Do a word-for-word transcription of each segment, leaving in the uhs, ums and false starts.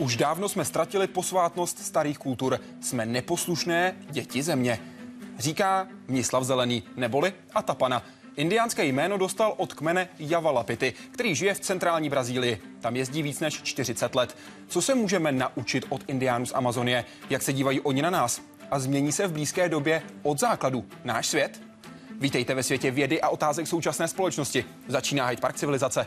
Už dávno jsme ztratili posvátnost starých kultur. Jsme neposlušné děti země. Říká Mnislav Zelený, neboli Atapana. Indiánské jméno dostal od kmene Javalapity, který žije v centrální Brazílii. Tam jezdí víc než čtyřicet let. Co se můžeme naučit od indiánů z Amazonie? Jak se dívají oni na nás? A změní se v blízké době od základu náš svět? Vítejte ve světě vědy a otázek současné společnosti. Začíná Hyde Park civilizace.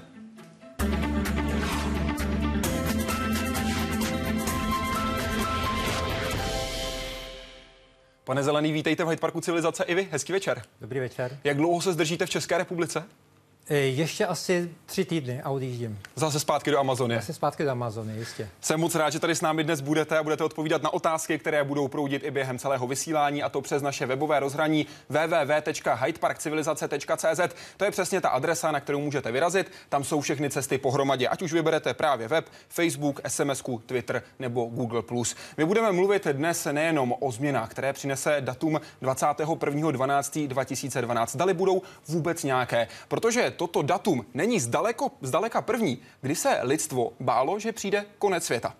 Pane Zelený, vítejte v Hyde Parku civilizace i vy. Hezký večer. Dobrý večer. Jak dlouho se zdržíte v České republice? Ještě asi tři týdny a odjíždím. Zase zpátky do Amazonie. Zase zpátky do Amazonie, jistě. Jsem moc rád, že tady s námi dnes budete a budete odpovídat na otázky, které budou proudit i během celého vysílání, a to přes naše webové rozhraní w w w tečka hyde park civilizace tečka c z. To je přesně ta adresa, na kterou můžete vyrazit. Tam jsou všechny cesty pohromadě, ať už vyberete právě web, Facebook, SMSku, Twitter nebo Google plus. My budeme mluvit dnes nejenom o změnách, které přinese datum dvacátého prvního dvanáctého dva tisíce dvanáct. Zdali budou vůbec nějaké, protože toto datum není zdaleko, zdaleka první, kdy se lidstvo bálo, že přijde konec světa.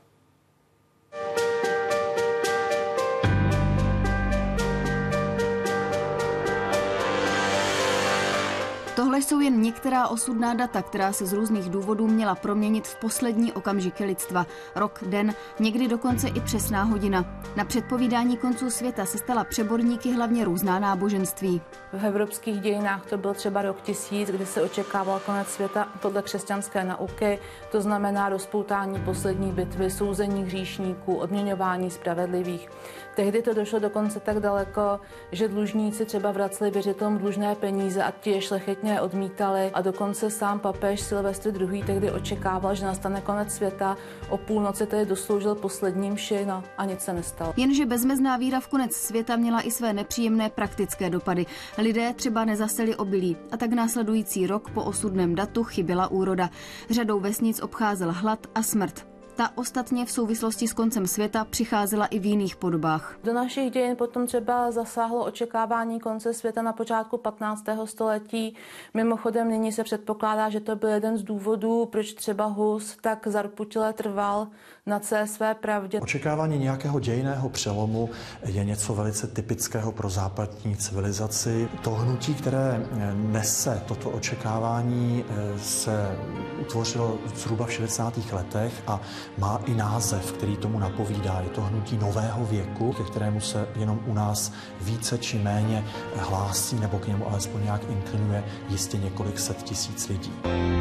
Tohle jsou jen některá osudná data, která se z různých důvodů měla proměnit v poslední okamžiky lidstva. Rok, den, někdy dokonce i přesná hodina. Na předpovídání konců světa se stala přeborníky hlavně různá náboženství. V evropských dějinách to byl třeba rok tisíc, kdy se očekával konec světa podle křesťanské nauky. To znamená rozpoutání poslední bitvy, souzení hříšníků, odměňování spravedlivých. Tehdy to došlo dokonce tak daleko, že dlužníci třeba vraceli věřitelům dlužné peníze a ti je šlechetně odmítali, a dokonce sám papež Silvestr druhý. tehdy očekával, že nastane konec světa. O půlnoci tedy dosloužil poslední mši, no, a nic se nestalo. Jenže bezmezná víra v konec světa měla i své nepříjemné praktické dopady. Lidé třeba nezaseli obilí a tak následující rok po osudném datu chyběla úroda. Řadou vesnic obcházel hlad a smrt. Ta ostatně v souvislosti s koncem světa přicházela i v jiných podobách. Do našich dějin potom třeba zasáhlo očekávání konce světa na počátku patnáctého století. Mimochodem nyní se předpokládá, že to byl jeden z důvodů, proč třeba Hus tak zarputile trval na celé své pravdě. Očekávání nějakého dějinného přelomu je něco velice typického pro západní civilizaci. To hnutí, které nese toto očekávání, se utvořilo zhruba v šedesátých letech a má i název, který tomu napovídá. Je to hnutí nového věku, ke kterému se jenom u nás více či méně hlásí, nebo k němu alespoň nějak inklinuje jistě několik set tisíc lidí.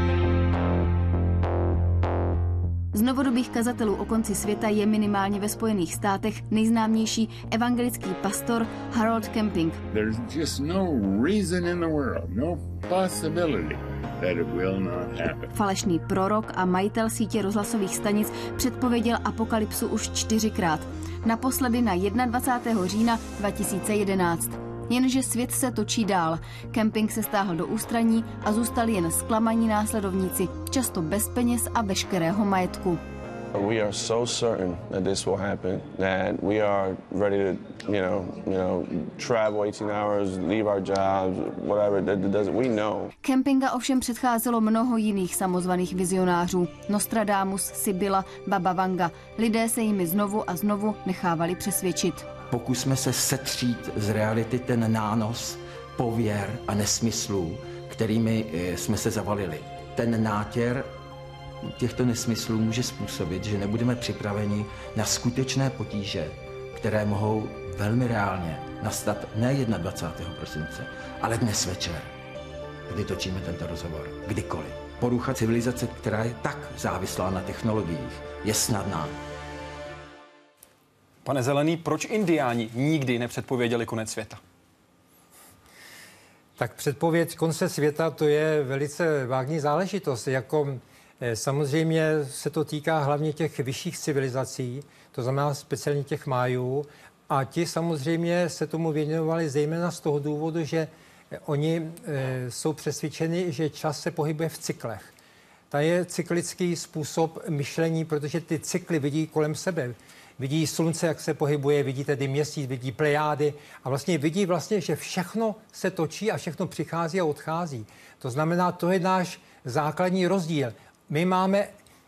Z novodobých kazatelů o konci světa je minimálně ve Spojených státech nejznámější evangelický pastor Harold Camping. There's just no reason in the world, no possibility that it will not happen. Falešný prorok a majitel sítě rozhlasových stanic předpověděl apokalypsu už čtyřikrát. Naposledy na dvacátého prvního října dva tisíce jedenáct. Jenže svět se točí dál. Camping se stáhl do ústraní a zůstali jen zklamaní následovníci, často bez peněz a veškerého majetku. We are so certain that this will happen that we are ready to, you know, you know, travel eighteen hours, leave our jobs, whatever. That does we know. Campinga ovšem předcházelo mnoho jiných samozvaných vizionářů. Nostradamus, Sibylla, Baba Vanga. Lidé se jimi znovu a znovu nechávali přesvědčit. Pokusme se setřít z reality ten nános pověr a nesmyslů, kterými jsme se zavalili. Ten nátěr těchto nesmyslů může způsobit, že nebudeme připraveni na skutečné potíže, které mohou velmi reálně nastat ne dvacátého prvního prosince, ale dnes večer, kdy točíme tento rozhovor, kdykoliv. Porucha civilizace, která je tak závislá na technologiích, je snadná. Pane Zelený, proč indiáni nikdy nepředpověděli konec světa? Tak předpověď konce světa, to je velice vágní záležitost. Jako, eh, samozřejmě se to týká hlavně těch vyšších civilizací, to znamená speciálně těch Májů, a ti samozřejmě se tomu věnovali zejména z toho důvodu, že oni eh, jsou přesvědčeni, že čas se pohybuje v cyklech. To je cyklický způsob myšlení, protože ty cykly vidí kolem sebe. Vidí slunce, jak se pohybuje, vidí tedy měsíc, vidí plejády a vlastně vidí vlastně, že všechno se točí a všechno přichází a odchází. To znamená, to je náš základní rozdíl. My máme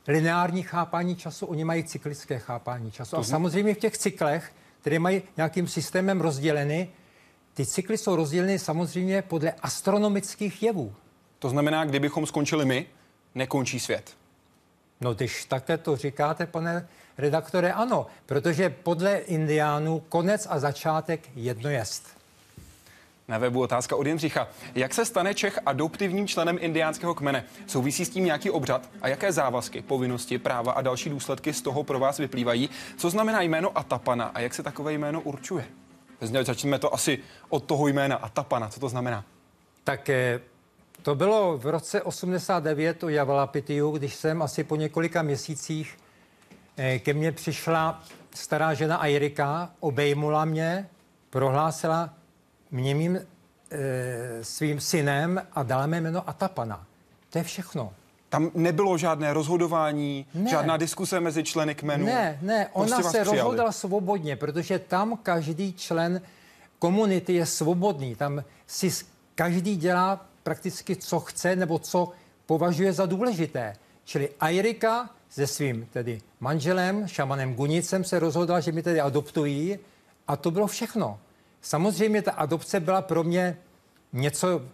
lineární chápání času, oni mají cyklické chápání času. A samozřejmě v těch cyklech, které mají nějakým systémem rozděleny, ty cykly jsou rozděleny samozřejmě podle astronomických jevů. To znamená, kdybychom skončili my, nekončí svět. No, když také to říkáte, pane redaktore, ano, protože podle Indiánů konec a začátek jedno jest. Na webu otázka od Jindřicha. Jak se stane Čech adoptivním členem indiánského kmene? Souvisí s tím nějaký obřad? A jaké závazky, povinnosti, práva a další důsledky z toho pro vás vyplývají? Co znamená jméno Atapana a jak se takové jméno určuje? Začneme to asi od toho jména Atapana. Co to znamená? Tak to bylo v roce osmdesát devět u Javalapitiu, když jsem asi po několika měsících ke mně přišla stará žena Ajrika, obejmula mě, prohlásila mě mým e, svým synem a dala mé jméno Atapana. To je všechno. Tam nebylo žádné rozhodování, ne. žádná diskuse mezi členy kmenu? Ne, ne, ona prostě se rozhodla svobodně, protože tam každý člen komunity je svobodný. Tam si každý dělá prakticky, co chce nebo co považuje za důležité. Čili Ajrika se svým tedy manželem, šamanem Gunicem, se rozhodla, že mi tedy adoptují a to bylo všechno. Samozřejmě ta adopce byla pro mě něco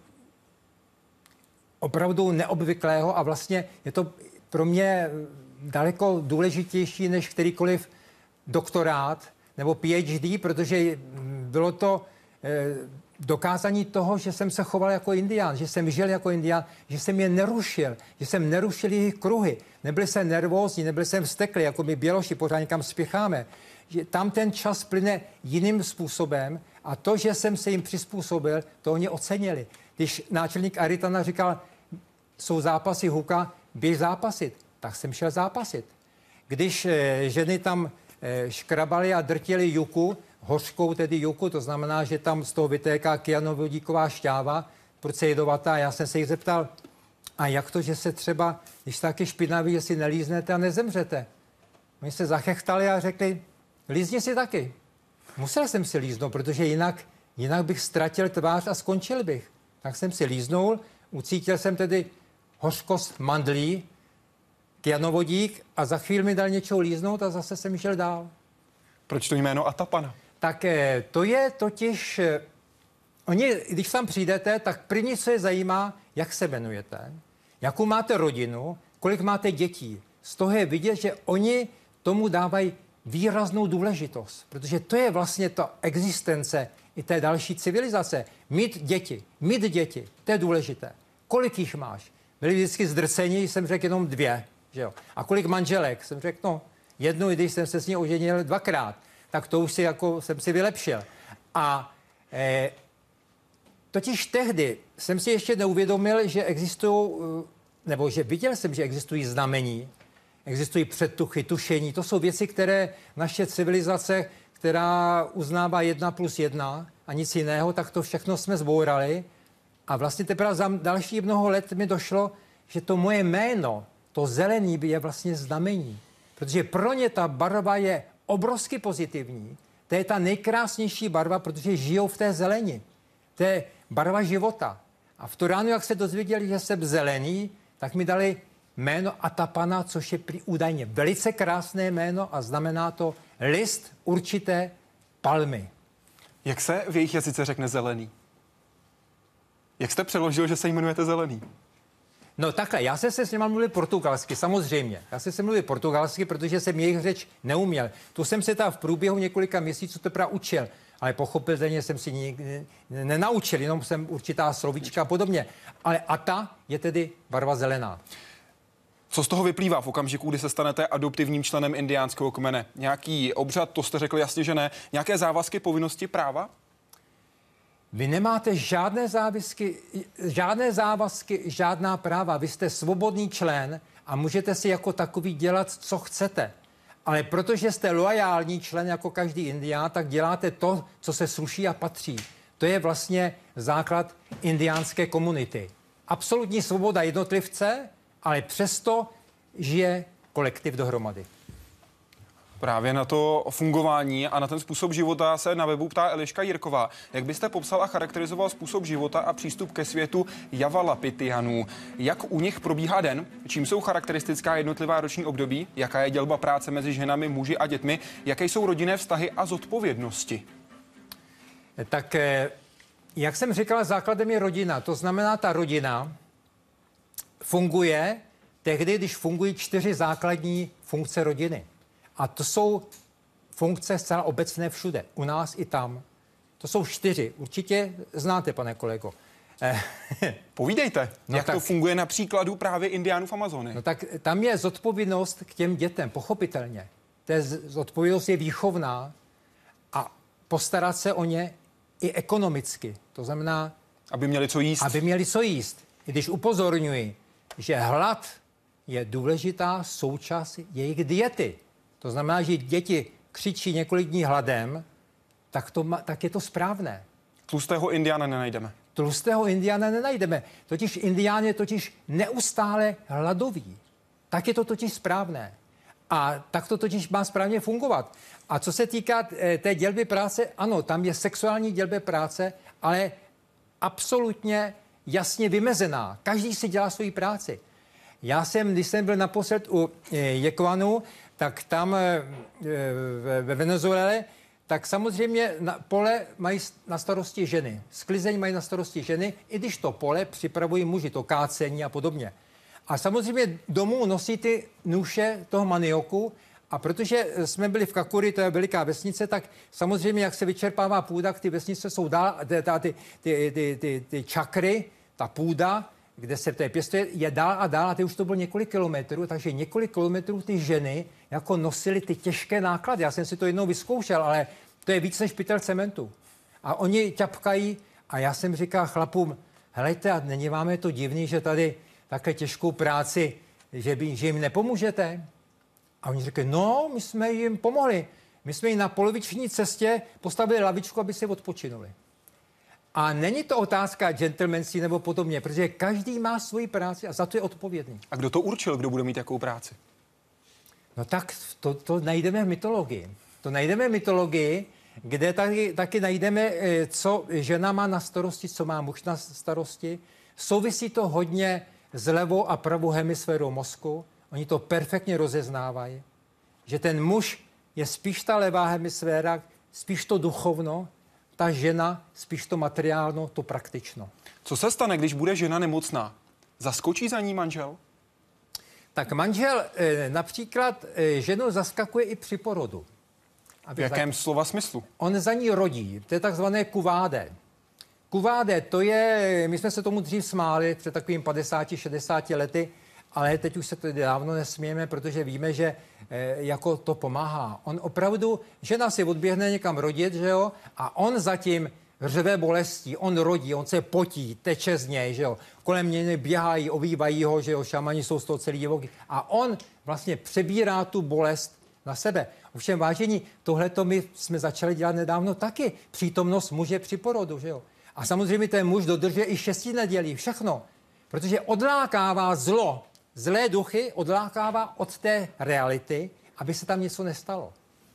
opravdu neobvyklého a vlastně je to pro mě daleko důležitější než kterýkoliv doktorát nebo P H D, protože bylo to dokázání toho, že jsem se choval jako indián, že jsem žil jako indián, že jsem je nerušil, že jsem nerušil jejich kruhy. Nebyl jsem nervózní, nebyl jsem vzteklý, jako my běloši, pořád někam spěcháme. Že tam ten čas plyne jiným způsobem a to, že jsem se jim přizpůsobil, to oni ocenili. Když náčelník Aritana říkal, jsou zápasy Huka, běž zápasit, tak jsem šel zápasit. Když e, ženy tam e, škrabaly a drtily juku, hořkou tedy juku, to znamená, že tam z toho vytéká kyanovodíková šťáva, proč je jedovatá. Já jsem se jich zeptal, a jak to, že se třeba, když taky špinavý, že si nelíznete a nezemřete. Oni se zachechtali a řekli, lízni si taky. Musel jsem si líznout, protože jinak, jinak bych ztratil tvář a skončil bych. Tak jsem si líznul, ucítil jsem tedy hořkost mandlí, kyanovodík a za chvíli mi dal něčeho líznout a zase jsem šel dál. Proč to jméno Atapana? Tak to je totiž... Oni, když tam přijdete, tak první, co je zajímá, jak se jmenujete, jakou máte rodinu, kolik máte dětí. Z toho je vidět, že oni tomu dávají výraznou důležitost, protože to je vlastně ta existence i té další civilizace. Mít děti, mít děti, to je důležité. Kolik jich máš? Byli vždycky zdrceni, jsem řekl jenom dvě, že jo. A kolik manželek? Jsem řekl, no, jednu, když jsem se s ní oženil dvakrát, tak to už si jako jsem si vylepšil. A eh, totiž tehdy jsem si ještě neuvědomil, že existují, nebo že viděl jsem, že existují znamení, existují předtuchy, tušení. To jsou věci, které naše civilizace, která uznává jedna plus jedna a nic jiného, tak to všechno jsme zbourali. A vlastně teprve za další mnoho let mi došlo, že to moje jméno, to zelený, je vlastně znamení. Protože pro ně ta barva je obrovsky pozitivní. To je ta nejkrásnější barva, protože žijou v té zeleni. To je barva života. A v tu ránu, jak se dozvěděli, že jsem zelený, tak mi dali jméno Atapana, což je prý údajně velice krásné jméno a znamená to list určité palmy. Jak se v jejich jazyce řekne zelený? Jak jste přeložil, že se jmenujete Zelený? No takhle, já jsem se s nimi mluvil portugalsky, samozřejmě. Já jsem se mluvil portugalsky, protože jsem jejich řeč neuměl. Tu jsem se tam v průběhu několika měsíců teprve učil, ale pochopitelně jsem si nikdy nenaučil, jenom jsem určitá slovíčka a podobně. Ale ata je tedy barva zelená. Co z toho vyplývá v okamžiku, kdy se stanete adoptivním členem indiánského kmene? Nějaký obřad, to jste řekl jasně, že ne. Nějaké závazky, povinnosti, práva? Vy nemáte žádné závisky, žádné závazky, žádná práva. Vy jste svobodný člen a můžete si jako takový dělat, co chcete. Ale protože jste loajální člen jako každý indián, tak děláte to, co se sluší a patří. To je vlastně základ indiánské komunity. Absolutní svoboda jednotlivce, ale přesto žije kolektiv dohromady. Právě na to fungování a na ten způsob života se na webu ptá Eliška Jirková. Jak byste popsal a charakterizoval způsob života a přístup ke světu Javalapitianů? Jak u nich probíhá den? Čím jsou charakteristická jednotlivá roční období? Jaká je dělba práce mezi ženami, muži a dětmi? Jaké jsou rodinné vztahy a zodpovědnosti? Tak, jak jsem říkal, základem je rodina. To znamená, ta rodina funguje tehdy, když fungují čtyři základní funkce rodiny. A to jsou funkce zcela obecné všude, u nás i tam. To jsou čtyři. Určitě znáte, pane kolego. Povídejte, no jak tak, to funguje na příkladu právě indiánů v Amazonii. No tak tam je zodpovědnost k těm dětem, pochopitelně. Ta zodpovědnost je výchovná a postarat se o ně i ekonomicky. To znamená, aby měli co jíst. Aby měli co jíst. I když upozorňuji, že hlad je důležitá součást jejich diety. To znamená, že děti křičí několik dní hladem, tak, to, tak je to správné. Tlustého indiána nenajdeme. Tlustého indiána nenajdeme. Totiž indián je totiž neustále hladový. Tak je to totiž správné. A tak to totiž má správně fungovat. A co se týká e, té dělby práce, ano, tam je sexuální dělba práce, ale absolutně jasně vymezená. Každý si dělá svoji práci. Já jsem, když jsem byl naposled u e, Jekwanu, tak tam e, ve Venezuele, tak samozřejmě na pole mají na starosti ženy. Sklizeň mají na starosti ženy, i když to pole připravují muži, to kácení a podobně. A samozřejmě domů nosí ty nůše toho manioku a protože jsme byli v Kakuri, to je veliká vesnice, tak samozřejmě, jak se vyčerpává půda, ty vesnice jsou dál, ty, ty, ty, ty, ty, ty čakry, ta půda, kde se to pěstuje, je dál a dál a ty už to bylo několik kilometrů, takže několik kilometrů ty ženy jako nosily ty těžké náklady. Já jsem si to jednou vyzkoušel, ale to je víc než pytel cementu. A oni ťapkají a já jsem říkal chlapům, helejte, a není vám je to divný, že tady takhle těžkou práci, že, by, že jim nepomůžete? A oni říkají, no, my jsme jim pomohli. My jsme jim na poloviční cestě postavili lavičku, aby si odpočinuli. A není to otázka gentlemanství nebo podobně, protože každý má svoji práci a za to je odpovědný. A kdo to určil, kdo bude mít jakou práci? No tak to, to najdeme v mytologii. To najdeme v mytologii, kde taky, taky najdeme, co žena má na starosti, co má muž na starosti. Souvisí to hodně s levou a pravou hemisférou mozku. Oni to perfektně rozeznávají, že ten muž je spíš ta levá hemisféra, spíš to duchovno, ta žena spíš to materiálno, to praktično. Co se stane, když bude žena nemocná? Zaskočí za ní manžel? Tak manžel e, například e, ženu zaskakuje i při porodu. V jakém za... slova smyslu? On za ní rodí, to je takzvané kuváde. Kuváde, to je, my jsme se tomu dřív smáli před takovým padesáti šedesáti lety, ale teď už se to dávno nesmějeme, protože víme, že e, jako to pomáhá. On opravdu, žena si odběhne někam rodit, že jo, a on zatím řve bolestí, on rodí, on se potí, teče z něj, že jo, kolem něj běhají, ovývají ho, že jo, šamani jsou z toho celý divoky a on vlastně přebírá tu bolest na sebe. Ovšem, vážení, tohleto my jsme začali dělat nedávno taky, přítomnost muže při porodu, že jo. A samozřejmě ten muž dodržuje i šesti nedělí, všechno, protože odlákává zlo, zlé duchy odlákává od té reality, aby se tam něco nestalo.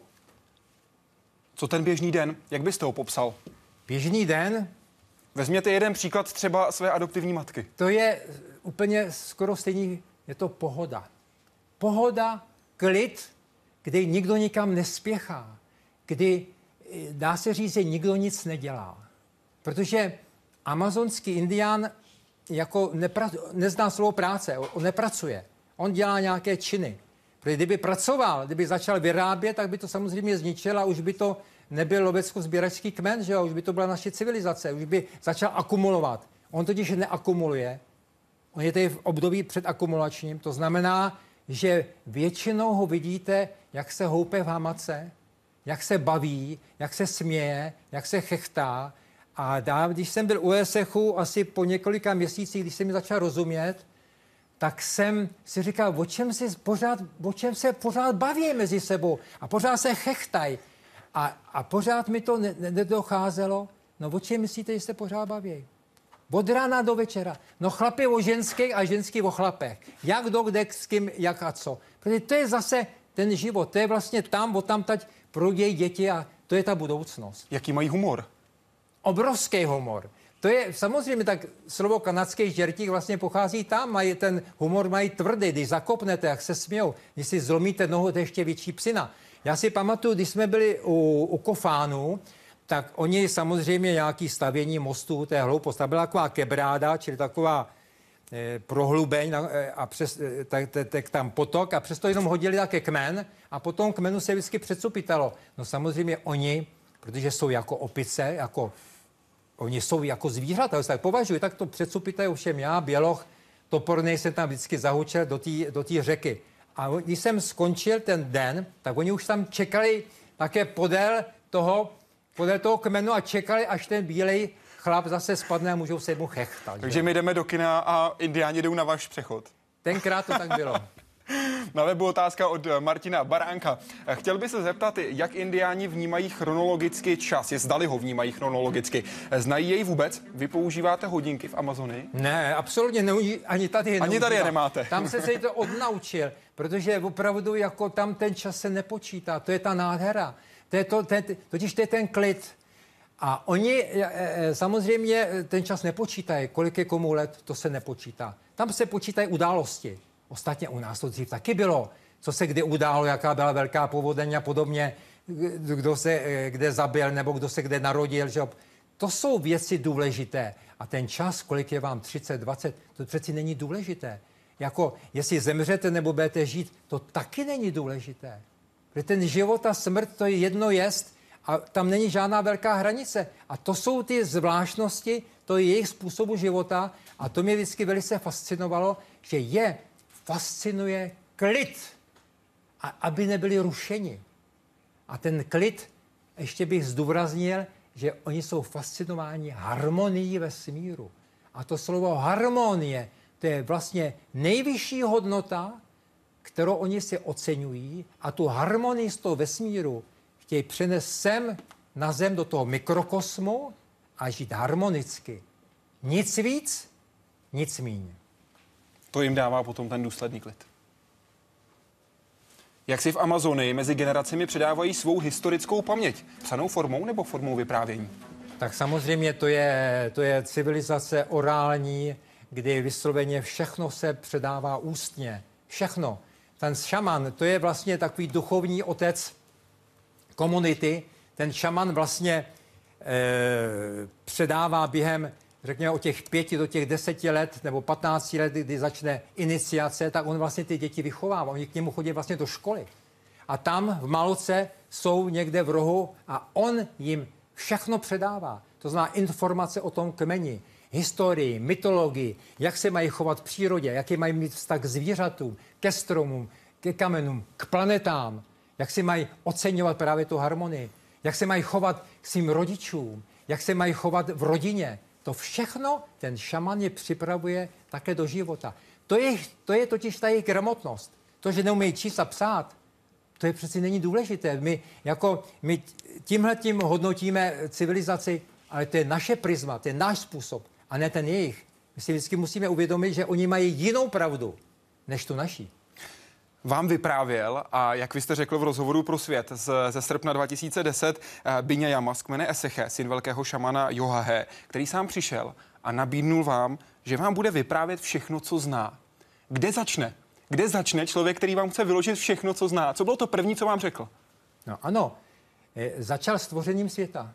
Co ten běžný den? Jak byste ho popsal? Běžný den? Vezměte jeden příklad třeba své adoptivní matky. To je úplně skoro stejný, je to pohoda. Pohoda, klid, kdy nikdo nikam nespěchá, kdy, dá se říct, že nikdo nic nedělá. Protože amazonský indián jako nepra, nezná slovo práce, on nepracuje. On dělá nějaké činy. Protože kdyby pracoval, kdyby začal vyrábět, tak by to samozřejmě zničil a už by to nebyl lovecko-sběračský kmen, že jo? Už by to byla naše civilizace, už by začal akumulovat. On totiž neakumuluje, on je tady v období předakumulačním, to znamená, že většinou ho vidíte, jak se houpe v hamace, jak se baví, jak se směje, jak se chechtá. A dá, když jsem byl u Esechu asi po několika měsících, když jsem mi začal rozumět, tak jsem si říkal, o čem, si pořád, o čem se pořád baví mezi sebou a pořád se chechtají. A, a pořád mi to nedocházelo. No o čem myslíte, že se pořád baví? Od rána do večera. No chlapy o ženských a ženský o chlapech. Jak kdo, kde, s kým, jak a co. Protože to je zase ten život. To je vlastně tam, tam tať prodějí děti a to je ta budoucnost. Jaký mají humor? Obrovský humor. To je samozřejmě tak slovo kanadský žertík vlastně pochází tam, mají ten humor mají tvrdý, když zakopnete, jak se smějou, když si zlomíte nohu, to je ještě větší psina. Já si pamatuju, když jsme byli u, u Kofánů, tak oni samozřejmě nějaký stavění mostů, to je hloupost, ta byla taková kebráda, čili taková eh, prohlubeň eh, a přes, eh, tak, tak, tak tam potok a přesto jenom hodili také kmen a potom kmenu se vždycky předsupitalo. No samozřejmě oni, protože jsou jako opice, jako oni jsou jako zvířata, tak považuji, tak to předsupitají ovšem já, běloch, topornej jsem tam vždycky zahučel do té do té řeky. A když jsem skončil ten den, tak oni už tam čekali také podél toho, podél toho kmenu a čekali, až ten bílej chlap zase spadne a můžou se mu chechtat. Takže že? My jdeme do kina a indiáni jdou na váš přechod. Tenkrát to tak bylo. Na webu otázka od Martina Baránka. Chtěl by se zeptat, jak indiáni vnímají chronologicky čas, jestli zdali ho vnímají chronologicky. Znají jej vůbec? Vy používáte hodinky v Amazonii? Ne, absolutně neuží, ani tady je Ani tady je nemáte. Tam se se to odnaučil, protože opravdu jako tam ten čas se nepočítá, to je ta nádhera. To je to, to je, totiž to je ten klid. A oni samozřejmě ten čas nepočítají, kolik je komu let, to se nepočítá. Tam se počítají události. Ostatně u nás to dřív taky bylo. Co se kdy událo, jaká byla velká povodeň a podobně, kdo se kde zabil nebo kdo se kde narodil. Že? To jsou věci důležité. A ten čas, kolik je vám třicet, dvacet, to přeci není důležité. Jako jestli zemřete nebo budete žít, to taky není důležité. Protože ten život a smrt, to je jedno jest a tam není žádná velká hranice. A to jsou ty zvláštnosti, to je jejich způsobu života a to mě vždycky velice fascinovalo, že je fascinuje klid, a aby nebyli rušeni. A ten klid, ještě bych zdůraznil, že oni jsou fascinováni harmonií vesmíru. A to slovo harmonie, to je vlastně nejvyšší hodnota, kterou oni si oceňují a tu harmonii z toho vesmíru chtějí přenést sem na zem do toho mikrokosmu a žít harmonicky. Nic víc, nic míň. To jim dává potom ten důsledný klid. Jak si v Amazonii mezi generacemi předávají svou historickou paměť? Psanou formou nebo formou vyprávění? Tak samozřejmě to je, to je civilizace orální, kdy vysloveně všechno se předává ústně. Všechno. Ten šaman, to je vlastně takový duchovní otec komunity. Ten šaman vlastně e, předává během, řekněme, od těch pěti do těch deseti let nebo patnácti let, kdy začne iniciace, tak on vlastně ty děti vychovává. Oni k němu chodí vlastně do školy. A tam v Malce jsou někde v rohu a on jim všechno předává. To znamená informace o tom kmeni, historii, mytologii, jak se mají chovat v přírodě, jaký mají mít vztah k zvířatům, ke stromům, ke kamenům, k planetám, jak si mají oceňovat právě tu harmonii, jak se mají chovat k svým rodičům, jak se mají chovat v rodině. To všechno ten šaman je připravuje také do života. To je, to je totiž ta jejich gramotnost. To, že neumějí číst a psát, to je přeci není důležité. My, jako, my tímhletím hodnotíme civilizaci, ale to je naše prisma, to je náš způsob a ne ten jejich. My si vždycky musíme uvědomit, že oni mají jinou pravdu, než tu naší. Vám vyprávěl a jak vy jste řekl v rozhovoru pro Svět z, ze srpna dva tisíce deset Biňajama z kmene Eseche, syn velkého šamana Johahe, který sám přišel a nabídnul vám, že vám bude vyprávět všechno, co zná. Kde začne? Kde začne člověk, který vám chce vyložit všechno, co zná? Co bylo to první, co vám řekl? No ano, e, začal stvořením světa.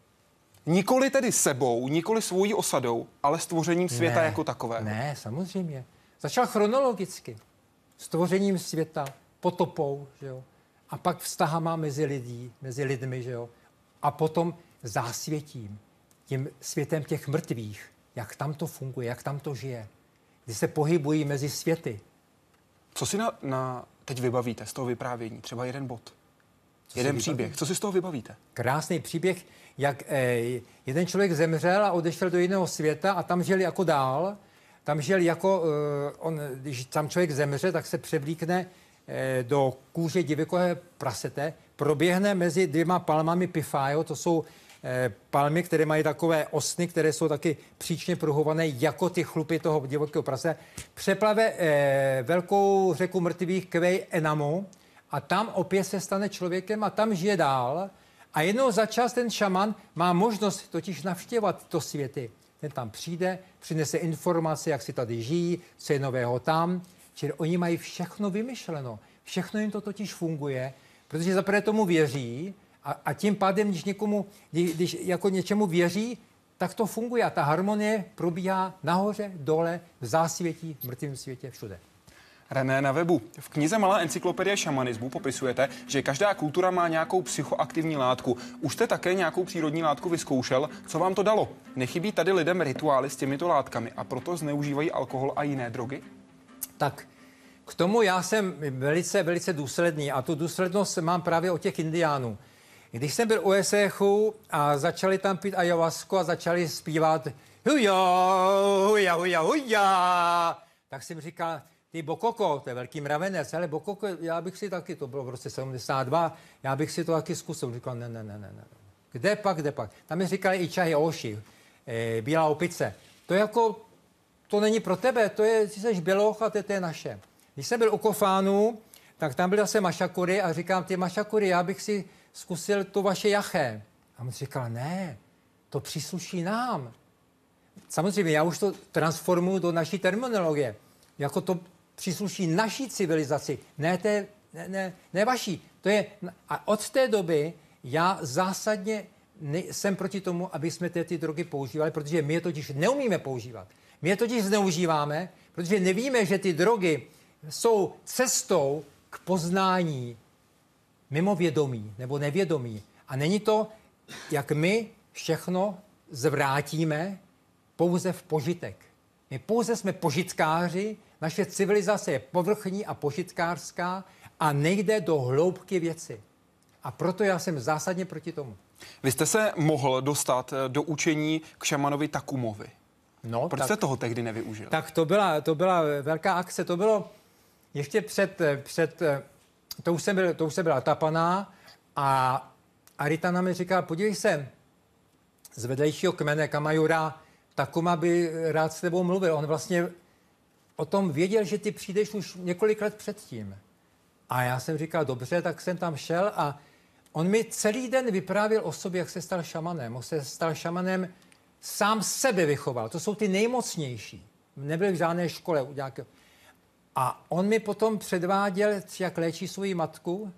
Nikoli tedy sebou, nikoli svojí osadou, ale stvořením světa ne, jako takové. Ne, samozřejmě. Začal chronologicky. Stvořením světa, potopou, že jo? A pak vztahama mezi lidí, mezi lidmi, že jo? A potom zásvětím, tím světem těch mrtvých, jak tam to funguje, jak tam to žije, kdy se pohybují mezi světy. Co si na, na teď vybavíte z toho vyprávění? Třeba jeden bod, Co jeden příběh. Co si z toho vybavíte? Krásný příběh, jak eh, jeden člověk zemřel a odešel do jiného světa a tam žil jako dál. Tam žil jako, eh, on, když tam člověk zemře, tak se převlíkne eh, do kůže divoké prasete, proběhne mezi dvěma palmami pifájo, to jsou eh, palmy, které mají takové osny, které jsou taky příčně pruhované jako ty chlupy toho divokého prase, přeplave eh, velkou řeku mrtvých kvej Enamu a tam opět se stane člověkem a tam žije dál. A jednou za čas ten šaman má možnost totiž navštěvovat to světy. Ten tam přijde, přinese informace, jak si tady žijí, co je nového tam. Čili oni mají všechno vymyšleno. Všechno jim to totiž funguje, protože zaprvé tomu věří a, a tím pádem, když někomu, když, když jako něčemu věří, tak to funguje a ta harmonie probíhá nahoře, dole, v zásvětí, v mrtvém světě, všude. René, na webu. V knize Malá encyklopedie šamanismu popisujete, že každá kultura má nějakou psychoaktivní látku. Už jste také nějakou přírodní látku vyzkoušel? Co vám to dalo? Nechybí tady lidem rituály s těmito látkami a proto zneužívají alkohol a jiné drogy? Tak k tomu já jsem velice, velice důsledný a tu důslednost mám právě od těch indiánů. Když jsem byl u Esechu a začali tam pít ayahuasku a začali zpívat huja, huja, huja, huja, tak jsem říkal, ty Bokoko, to je velký mravenec, ale Bokoko, já bych si taky, to bylo v roce sedmdesát dva, já bych si to taky zkusil. Říkal, ne, ne, ne, ne, ne. Kde pak, kde pak? Tam mi říkali i čahy oši, e, bílá opice. To jako, to není pro tebe, to je, ty jsi běloch a to, to je naše. Když jsem byl u Kofánu, tak tam byly zase mašakury a říkám, ty mašakury, já bych si zkusil to vaše jaché. A on říkal, ne, to přísluší nám. Samozřejmě, já už to transformuji do naší terminologie. Jako to přísluší naší civilizaci, ne, té, ne, ne, ne vaší. To je, a od té doby já zásadně ne, jsem proti tomu, aby jsme ty, ty drogy používali, protože my je totiž neumíme používat. My je totiž zneužíváme, protože nevíme, že ty drogy jsou cestou k poznání mimovědomí nebo nevědomí. A není to, jak my všechno zvrátíme pouze v požitek. My pouze jsme požitkáři, naše civilizace je povrchní a požitkářská a nejde do hloubky věci. A proto já jsem zásadně proti tomu. Vy jste se mohl dostat do učení k šamanovi Takumovi. No, Proč tak, jste toho tehdy nevyužil? Tak to byla, to byla velká akce. To bylo ještě před, před to už jsem byl, to už jsem byla Tapaná a Aritana mi říkala, podívej se, z vedlejšího kmene Kamajura, Takuma by rád s tebou mluvil. On vlastně o tom věděl, že ty přijdeš už několik let předtím. A já jsem říkal, dobře, tak jsem tam šel a on mi celý den vyprávěl o sobě, jak se stal šamanem. On se stal šamanem, sám sebe vychoval. To jsou ty nejmocnější. Nebyl v žádné škole. A on mi potom předváděl, jak léčí svoji matku.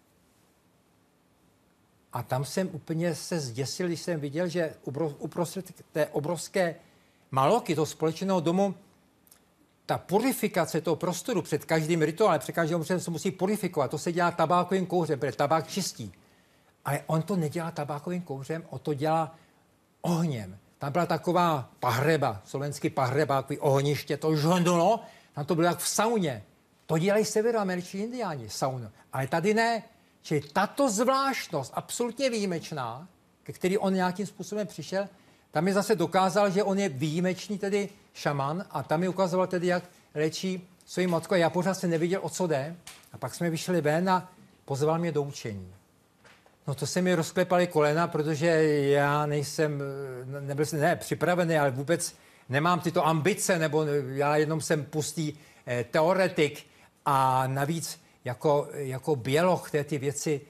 A tam jsem úplně se zděsil, když jsem viděl, že uprostřed té obrovské maloky, toho společného domu, ta purifikace toho prostoru před každým rituálem, před každým obřadem se musí purifikovat. To se dělá tabákovým kouřem, protože tabák čistí. Ale on to nedělá tabákovým kouřem, on to dělá ohněm. Tam byla taková pahreba, slovenský pahreba, takový ohniště, to žondulo, tam to bylo jak v sauně. To dělají severoameričtí indiáni, saunu. Ale tady ne. Čili tato zvláštnost, absolutně výjimečná, ke který on nějakým způsobem přišel, tam mi zase dokázal, že on je výjimečný tedy šaman a tam mi ukazoval tedy, jak léčí svoji matku a já pořád se neviděl, o co jde. A pak jsme vyšli ven a pozval mě do učení. No to se mi rozklepaly kolena, protože já nejsem, nebyl jsem ne, připravený, ale vůbec nemám tyto ambice, nebo já jenom jsem pustý eh, teoretik a navíc jako, jako běloch, které ty věci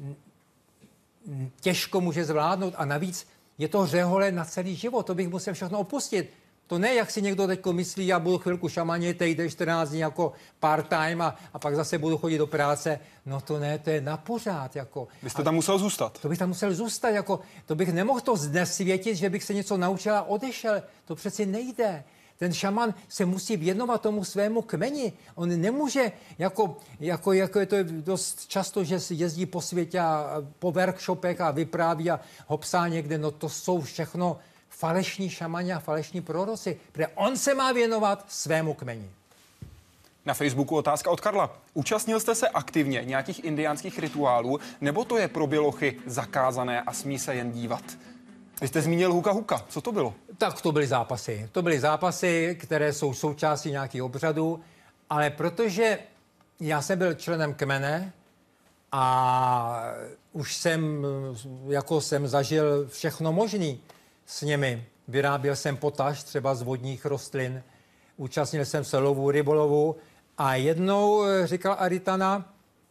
těžko může zvládnout a navíc je to řehole na celý život, to bych musel všechno opustit. To ne, jak si někdo teď myslí, já budu chvilku šamanit, týden čtrnáct dní jako part-time a, a pak zase budu chodit do práce. No to ne, to je na pořád. Jako. Vy jste tam musel zůstat. To bych tam musel zůstat, jako, to bych nemohl to znesvětit, že bych se něco naučil a odešel. To přeci nejde. Ten šaman se musí věnovat tomu svému kmeni. On nemůže, jako, jako, jako je to dost často, že jezdí po světě a po workshopech a vypráví a hopsá někde. No to jsou všechno falešní šamani a falešní proroci, protože on se má věnovat svému kmeni. Na Facebooku otázka od Karla. Účastnil jste se aktivně nějakých indiánských rituálů, nebo to je pro bělochy zakázané a smí se jen dívat? Vy jste zmínil huka huka. Co to bylo? Tak to byly zápasy. To byly zápasy, které jsou součástí nějakých obřadů, ale protože já jsem byl členem kmene a už jsem, jako jsem zažil všechno možný s nimi. Vyráběl jsem potaž třeba z vodních rostlin, účastnil jsem se lovu, rybolovu a jednou říkal Aritana,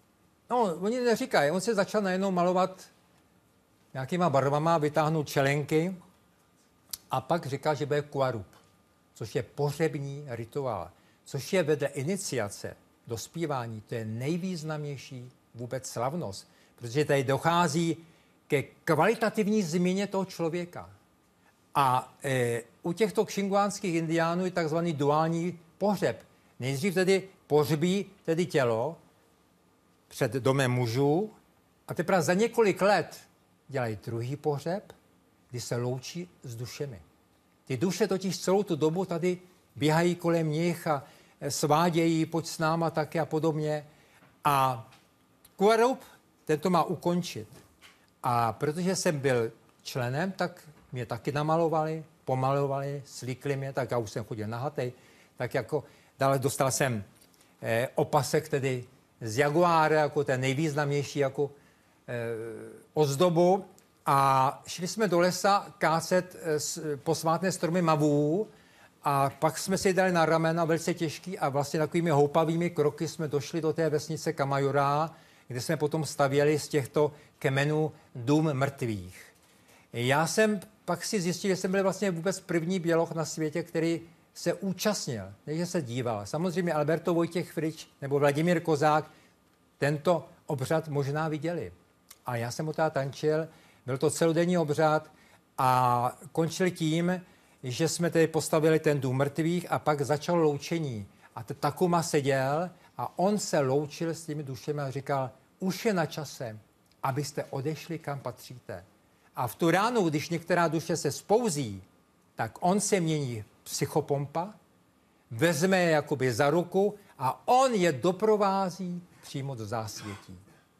No, oni neříkají, on se začal najednou malovat nějakýma barvama, vytáhnout čelenky a pak říkal, že bude kuarup, což je pohřební rituál, což je vedle iniciace do zpívání, to je nejvýznamnější vůbec slavnost, protože tady dochází ke kvalitativní změně toho člověka. A e, u těchto kšinguánských indiánů je takzvaný duální pohřeb. Nejdřív tedy pohřbí tedy tělo před domem mužů a teprve za několik let dělají druhý pohřeb, kdy se loučí s dušemi. Ty duše totiž celou tu dobu tady běhají kolem nich a svádějí, pojď s náma také a podobně. A kuarup tento má ukončit. A protože jsem byl členem, tak mě taky namalovali, pomalovali, slíkli mě, tak já už jsem chodil nahatej, tak jako dále dostal jsem eh, opasek tedy z jaguára, jako ten nejvýznamnější jako eh, ozdobu a šli jsme do lesa kácet eh, posvátné stromy mavů a pak jsme si dali na ramena velice těžký a vlastně takovými houpavými kroky jsme došli do té vesnice Kamajura, kde jsme potom stavěli z těchto kemenů dům mrtvých. Já jsem pak si zjistil, že jsem byl vlastně vůbec první běloch na světě, který se účastnil, než se díval. Samozřejmě Alberto Vojtěch Frič nebo Vladimír Kozák tento obřad možná viděli. A já jsem o toho tančil, byl to celodenní obřad a končil tím, že jsme tedy postavili ten dům mrtvých a pak začalo loučení. A ten Takuma seděl a on se loučil s těmi dušemi a říkal, už je na čase, abyste odešli, kam patříte. A v tu ránu, když některá duše se spouzí, tak on se mění psychopompa, vezme je jakoby za ruku a on je doprovází přímo do zásvětí.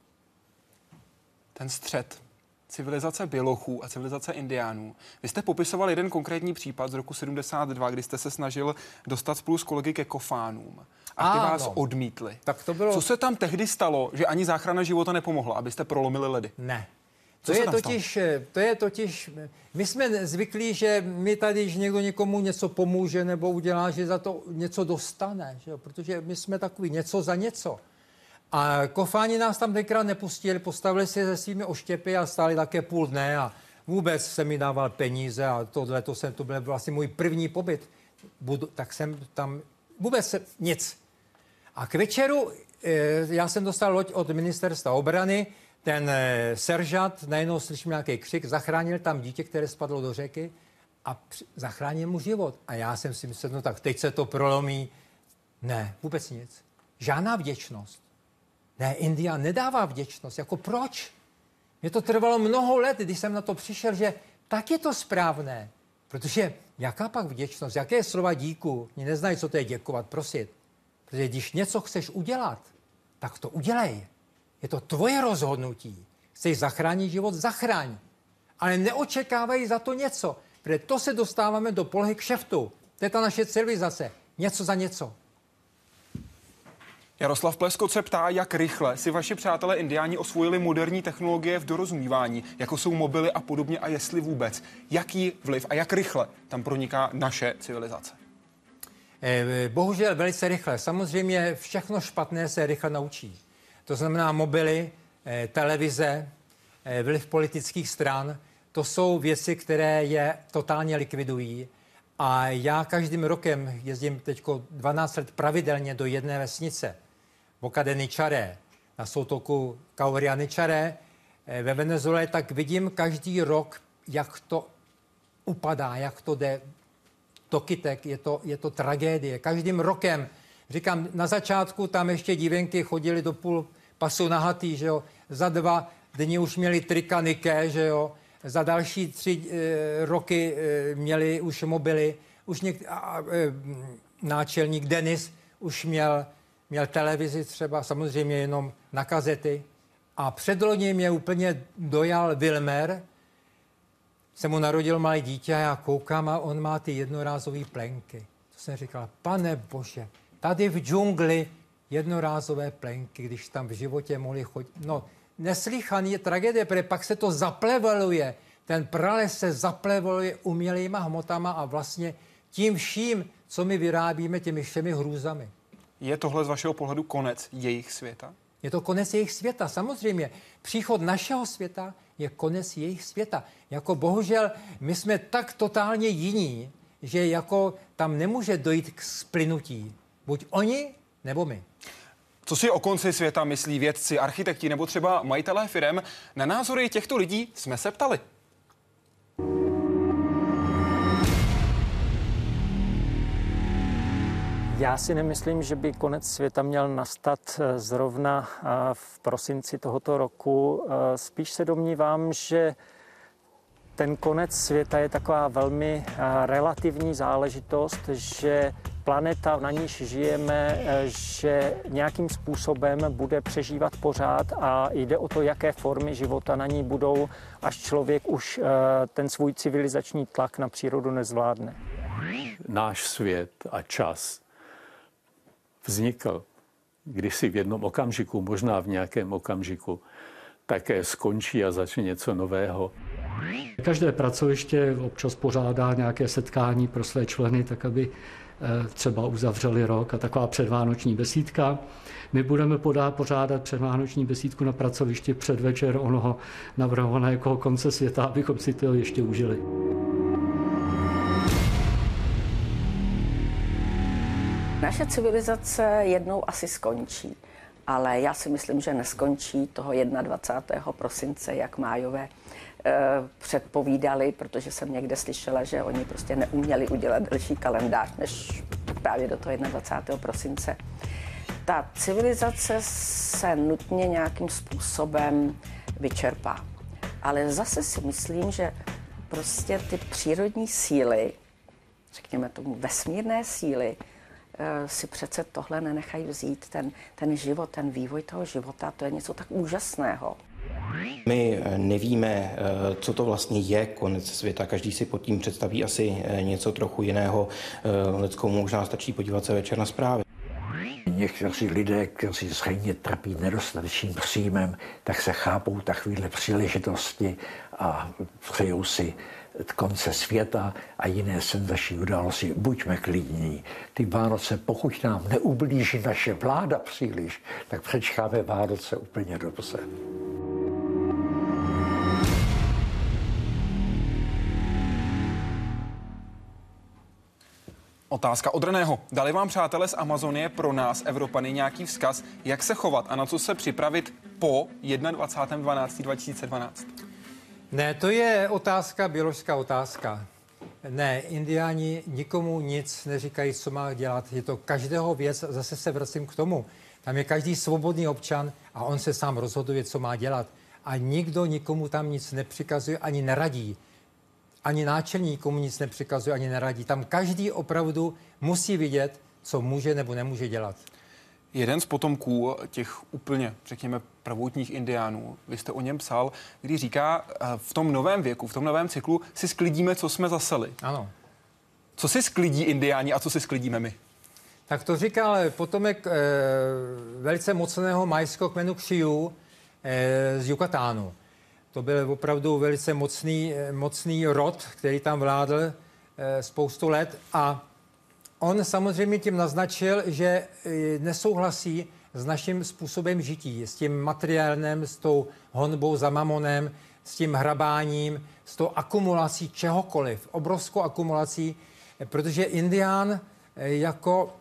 Ten střet civilizace bělochů a civilizace indiánů. Vy jste popisoval jeden konkrétní případ z roku sedmdesát dva, kdy jste se snažil dostat spolu s kolegy ke kofánům. A ty Ano. vás odmítli. Tak to bylo... Co se tam tehdy stalo, že ani záchrana života nepomohla, abyste prolomili ledy? Ne. Co To se je, tam totiž, to je totiž, my jsme zvyklí, že my tady, když někdo někomu něco pomůže nebo udělá, že za to něco dostane, že jo? Protože my jsme takový něco za něco. A kofáni nás tam tenkrát nepustili, postavili si se svými oštěpy a stáli také půl dne a vůbec se mi dával peníze a tohle, to, jsem, to byl vlastně můj první pobyt. Budu, tak jsem tam vůbec se, nic. A k večeru e, já jsem dostal loď od ministerstva obrany, ten e, seržant najednou slyším nějaký křik, zachránil tam dítě, které spadlo do řeky a při, zachránil mu život. A já jsem si myslel, no tak teď se to prolomí. Ne, vůbec nic. Žádná vděčnost. Ne, India nedává vděčnost. Jako proč? Mně to trvalo mnoho let, když jsem na to přišel, že tak je to správné. Protože jaká pak vděčnost? Jaké slova díku? Oni neznají, co to je děkovat, prosit. Protože když něco chceš udělat, tak to udělej. Je to tvoje rozhodnutí. Chceš zachránit život, zachraň. Ale neočekávají za to něco. Protože to se dostáváme do polohy kšeftu. To je ta naše civilizace. Něco za něco. Jaroslav Pleskot se ptá, jak rychle si vaši přátelé indiáni osvojili moderní technologie v dorozumívání, jako jsou mobily a podobně a jestli vůbec. Jaký vliv a jak rychle tam proniká naše civilizace? Bohužel velice rychle. Samozřejmě všechno špatné se rychle naučí. To znamená mobily, televize, vliv politických stran. To jsou věci, které je totálně likvidují. A já každým rokem jezdím teď dvanáct let pravidelně do jedné vesnice, Boca Nichare, na soutoku Cauria Nichare ve Venezuele, tak vidím každý rok, jak to upadá, jak to jde do kytek, je to, je to tragédie. Každým rokem, říkám, na začátku tam ještě dívenky chodily do půl pasu nahatý, že jo, za dva dny už měli trika Nike, že jo, za další tři e, roky e, měli už mobily, už něk, a, e, náčelník Denis už měl, měl televizi třeba, samozřejmě jenom na kazety. A předloni mě úplně dojal Wilmer, se mu narodil malé dítě a já koukám a on má ty jednorázové plenky. To jsem říkal, pane bože, tady v džungli jednorázové plenky, když tam v životě mohli chodit. No, neslýchaný tragédie, protože pak se to zapleveluje. Ten prales se zapleveluje umělýma hmotama a vlastně tím vším, co my vyrábíme, těmi všemi hrůzami. Je tohle z vašeho pohledu konec jejich světa? Je to konec jejich světa. Samozřejmě příchod našeho světa je konec jejich světa. Jako bohužel my jsme tak totálně jiní, že jako tam nemůže dojít k splynutí. Buď oni, nebo my. Co si o konci světa myslí vědci, architekti nebo třeba majitelé firem? Na názory těchto lidí jsme se ptali. Já si nemyslím, že by konec světa měl nastat zrovna v prosinci tohoto roku. Spíš se domnívám, že ten konec světa je taková velmi relativní záležitost, že planeta, na níž žijeme, že nějakým způsobem bude přežívat pořád a jde o to, jaké formy života na ní budou, až člověk už ten svůj civilizační tlak na přírodu nezvládne. Náš svět a čas vznikl kdysi v jednom okamžiku, možná v nějakém okamžiku, také skončí a začne něco nového. Každé pracoviště občas pořádá nějaké setkání pro své členy, tak aby třeba uzavřeli rok a taková předvánoční besídka. My budeme pořádat předvánoční besídku na pracovišti předvečer onoho navrhovaného konce světa, abychom si to ještě užili. Naše civilizace jednou asi skončí, ale já si myslím, že neskončí toho dvacátého prvního prosince, jak Májové e, předpovídali, protože jsem někde slyšela, že oni prostě neuměli udělat delší kalendář než právě do toho dvacátého prvního prosince. Ta civilizace se nutně nějakým způsobem vyčerpá. Ale zase si myslím, že prostě ty přírodní síly, řekněme tomu vesmírné síly, si přece tohle nenechají vzít. Ten, ten život, ten vývoj toho života, to je něco tak úžasného. My nevíme, co to vlastně je konec světa. Každý si pod tím představí asi něco trochu jiného. Leckomu možná stačí podívat se večer na zprávy. Někteří lidé, kteří zřejmě trpí nedostatečným příjmem, tak se chápou takovéhle příležitosti a přejou si konce světa a jiné senzační události. Buďme klidní. Ty Vánoce, pokud nám neublíží naše vláda příliš, tak přečkáme Vánoce úplně dobře. Otázka od Reného. Dali vám přátelé z Amazonie pro nás, Evropany, nějaký vzkaz, jak se chovat a na co se připravit po dvacátého prvního dvanáctého dva tisíce dvanáct? Ne, to je otázka, biologická otázka. Ne, indiáni nikomu nic neříkají, co má dělat. Je to každého věc, zase se vracím k tomu. Tam je každý svobodný občan a on se sám rozhoduje, co má dělat. A nikdo nikomu tam nic nepřikazuje ani neradí. Ani náčelník nikomu nic nepřikazuje, ani neradí. Tam každý opravdu musí vidět, co může nebo nemůže dělat. Jeden z potomků těch úplně, řekněme, prvotních indiánů, vy jste o něm psal, kdy říká, v tom novém věku, v tom novém cyklu si sklidíme, co jsme zaseli. Ano. Co si sklidí indiáni a co si sklidíme my? Tak to říkal potomek e, velice mocného majského kmenu Kšiů e, z Yucatánu. To byl opravdu velice mocný, mocný rod, který tam vládl e, spoustu let a on samozřejmě tím naznačil, že nesouhlasí s naším způsobem žití, s tím materiálem, s tou honbou za mamonem, s tím hrabáním, s tou akumulací čehokoliv, obrovskou akumulací, protože indián jako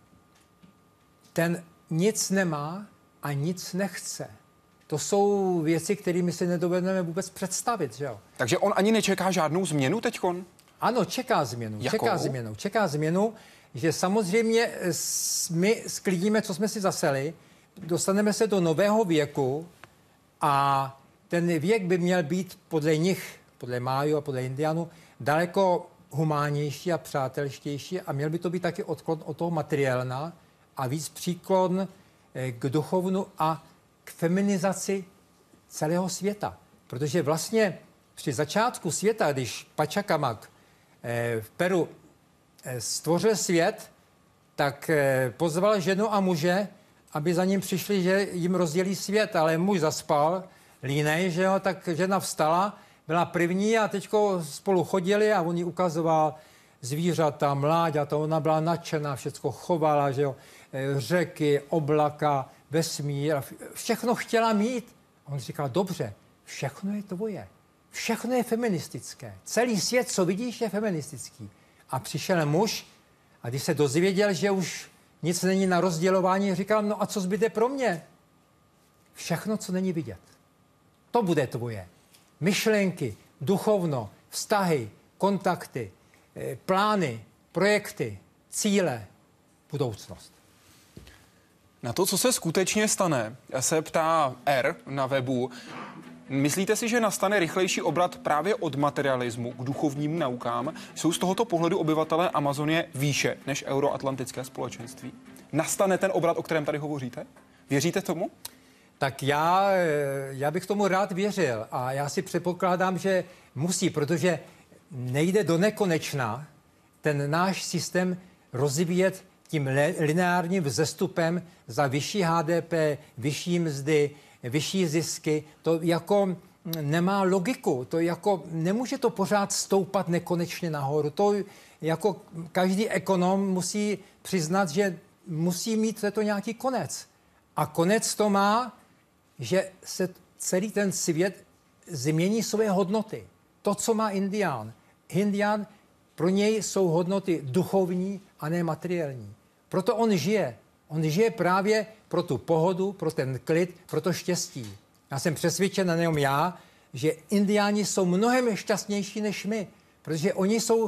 ten nic nemá a nic nechce. To jsou věci, kterými si nedovedeme vůbec představit. Že jo? Takže on ani nečeká žádnou změnu teďkon? Ano, čeká změnu. Jakou? Čeká změnu. Čeká změnu, že samozřejmě my sklidíme, co jsme si zaseli, dostaneme se do nového věku a ten věk by měl být podle nich, podle Májů a podle Indianů, daleko humánnější a přátelštější a měl by to být taky odklon od toho materiálna a víc příklon k duchovnu a k feminizaci celého světa. Protože vlastně při začátku světa, když Pachacamac eh, v Peru eh, stvořil svět, tak eh, pozval ženu a muže, aby za ním přišli, že jim rozdělí svět, ale muž zaspal, línej, že jo, tak žena vstala, byla první a teďko spolu chodili a on jí ukazoval zvířata, mláďata, ona byla nadšená, všecko chovala, že jo, řeky, oblaka, vesmír, všechno chtěla mít. On říkal, dobře, všechno je tvoje, všechno je feministické, celý svět, co vidíš, je feministický. A přišel muž a když se dozvěděl, že už nic není na rozdělování, říkal, no a co zbyde pro mě? Všechno, co není vidět. To bude tvoje. Myšlenky, duchovno, vztahy, kontakty, plány, projekty, cíle, budoucnost. Na to, co se skutečně stane, se ptá R na webu. Myslíte si, že nastane rychlejší obrat právě od materialismu k duchovním naukám? Jsou z tohoto pohledu obyvatelé Amazonie výše než euroatlantické společenství? Nastane ten obrat, o kterém tady hovoříte? Věříte tomu? Tak já, já bych tomu rád věřil a já si předpokládám, že musí, protože nejde do nekonečna ten náš systém rozvíjet tím lineárním vzestupem za vyšší H D P, vyšší mzdy, vyšší zisky. To jako nemá logiku. To jako nemůže to pořád stoupat nekonečně nahoru. To jako každý ekonom musí přiznat, že musí mít to nějaký konec. A konec to má, že se celý ten svět změní své hodnoty. To, co má Indián. Indián, pro něj jsou hodnoty duchovní a ne materiální. Proto on žije. On žije právě pro tu pohodu, pro ten klid, pro to štěstí. Já jsem přesvědčen, a nejenom já, že Indiáni jsou mnohem šťastnější než my, protože oni jsou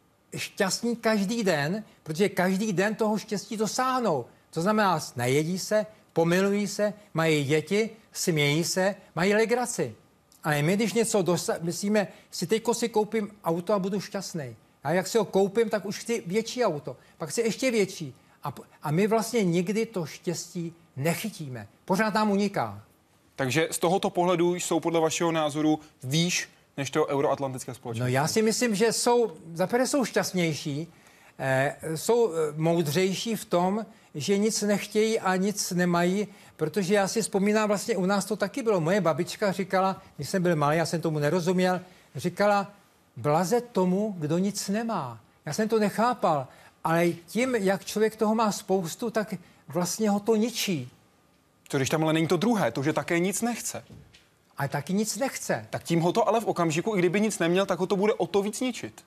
šťastní každý den, protože každý den toho štěstí dosáhnou. To znamená, najedí se, pomilují se, mají děti, smějí se, mají legraci. Ale my, když něco dosa- myslíme, si teďko si koupím auto a budu šťastný. A jak si ho koupím, tak už chci větší auto, pak chci ještě větší. A, a my vlastně nikdy to štěstí nechytíme. Pořád nám uniká. Takže z tohoto pohledu jsou podle vašeho názoru výš než to euroatlantické společenství? No já si myslím, že jsou, zaprvé jsou šťastnější, eh, jsou moudřejší v tom, že nic nechtějí a nic nemají, protože já si vzpomínám, vlastně u nás to taky bylo. Moje babička říkala, když jsem byl malý, já jsem tomu nerozuměl, říkala, blaze tomu, kdo nic nemá. Já jsem to nechápal, ale tím, jak člověk toho má spoustu, tak vlastně ho to ničí. Co když tam ale není to druhé, to, že také nic nechce? A taky nic nechce. Tak tím ho to ale v okamžiku, i kdyby nic neměl, tak ho to bude o to víc ničit.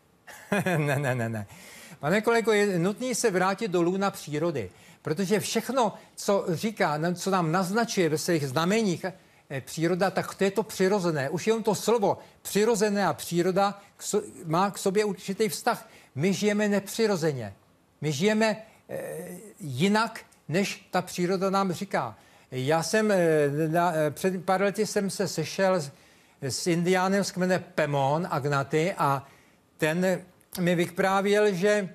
ne, ne, ne, ne. Pane kolego, je nutné se vrátit do lůna přírody, protože všechno, co říká, co nám naznačuje ve svých znameních příroda, tak to je to přirozené. Už jenom to slovo přirozené a příroda má k sobě určitý vztah. My žijeme nepřirozeně. My žijeme e, jinak, než ta příroda nám říká. Já jsem, na, před pár lety jsem se sešel s, s indiánem z kmene Pemon Agnaty a ten mi vyprávěl, že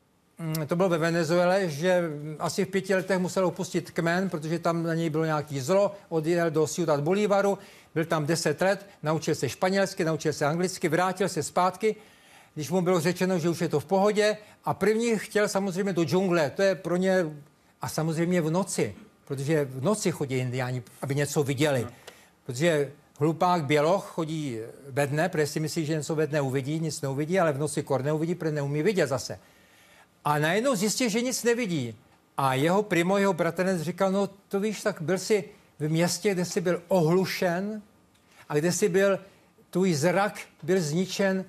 to bylo ve Venezuele, že asi v pěti letech musel opustit kmen, protože tam na něj bylo nějaký zlo, odjel do Ciudad Bolívaru, byl tam deset let, naučil se španělsky, naučil se anglicky, vrátil se zpátky, když mu bylo řečeno, že už je to v pohodě a první chtěl samozřejmě do džungle, to je pro ně, a samozřejmě v noci, protože v noci chodí indiáni, aby něco viděli, protože hlupák běloch chodí ve dne, protože si myslí, že něco ve dne uvidí, nic neuvidí, ale v noci kor neuvidí, protože neumí vidět zase. A najednou zjistil, že nic nevidí. A jeho primo, jeho bratranec říkal, no to víš, tak byl jsi v městě, kde jsi byl ohlušen a kde jsi byl, tvůj zrak byl zničen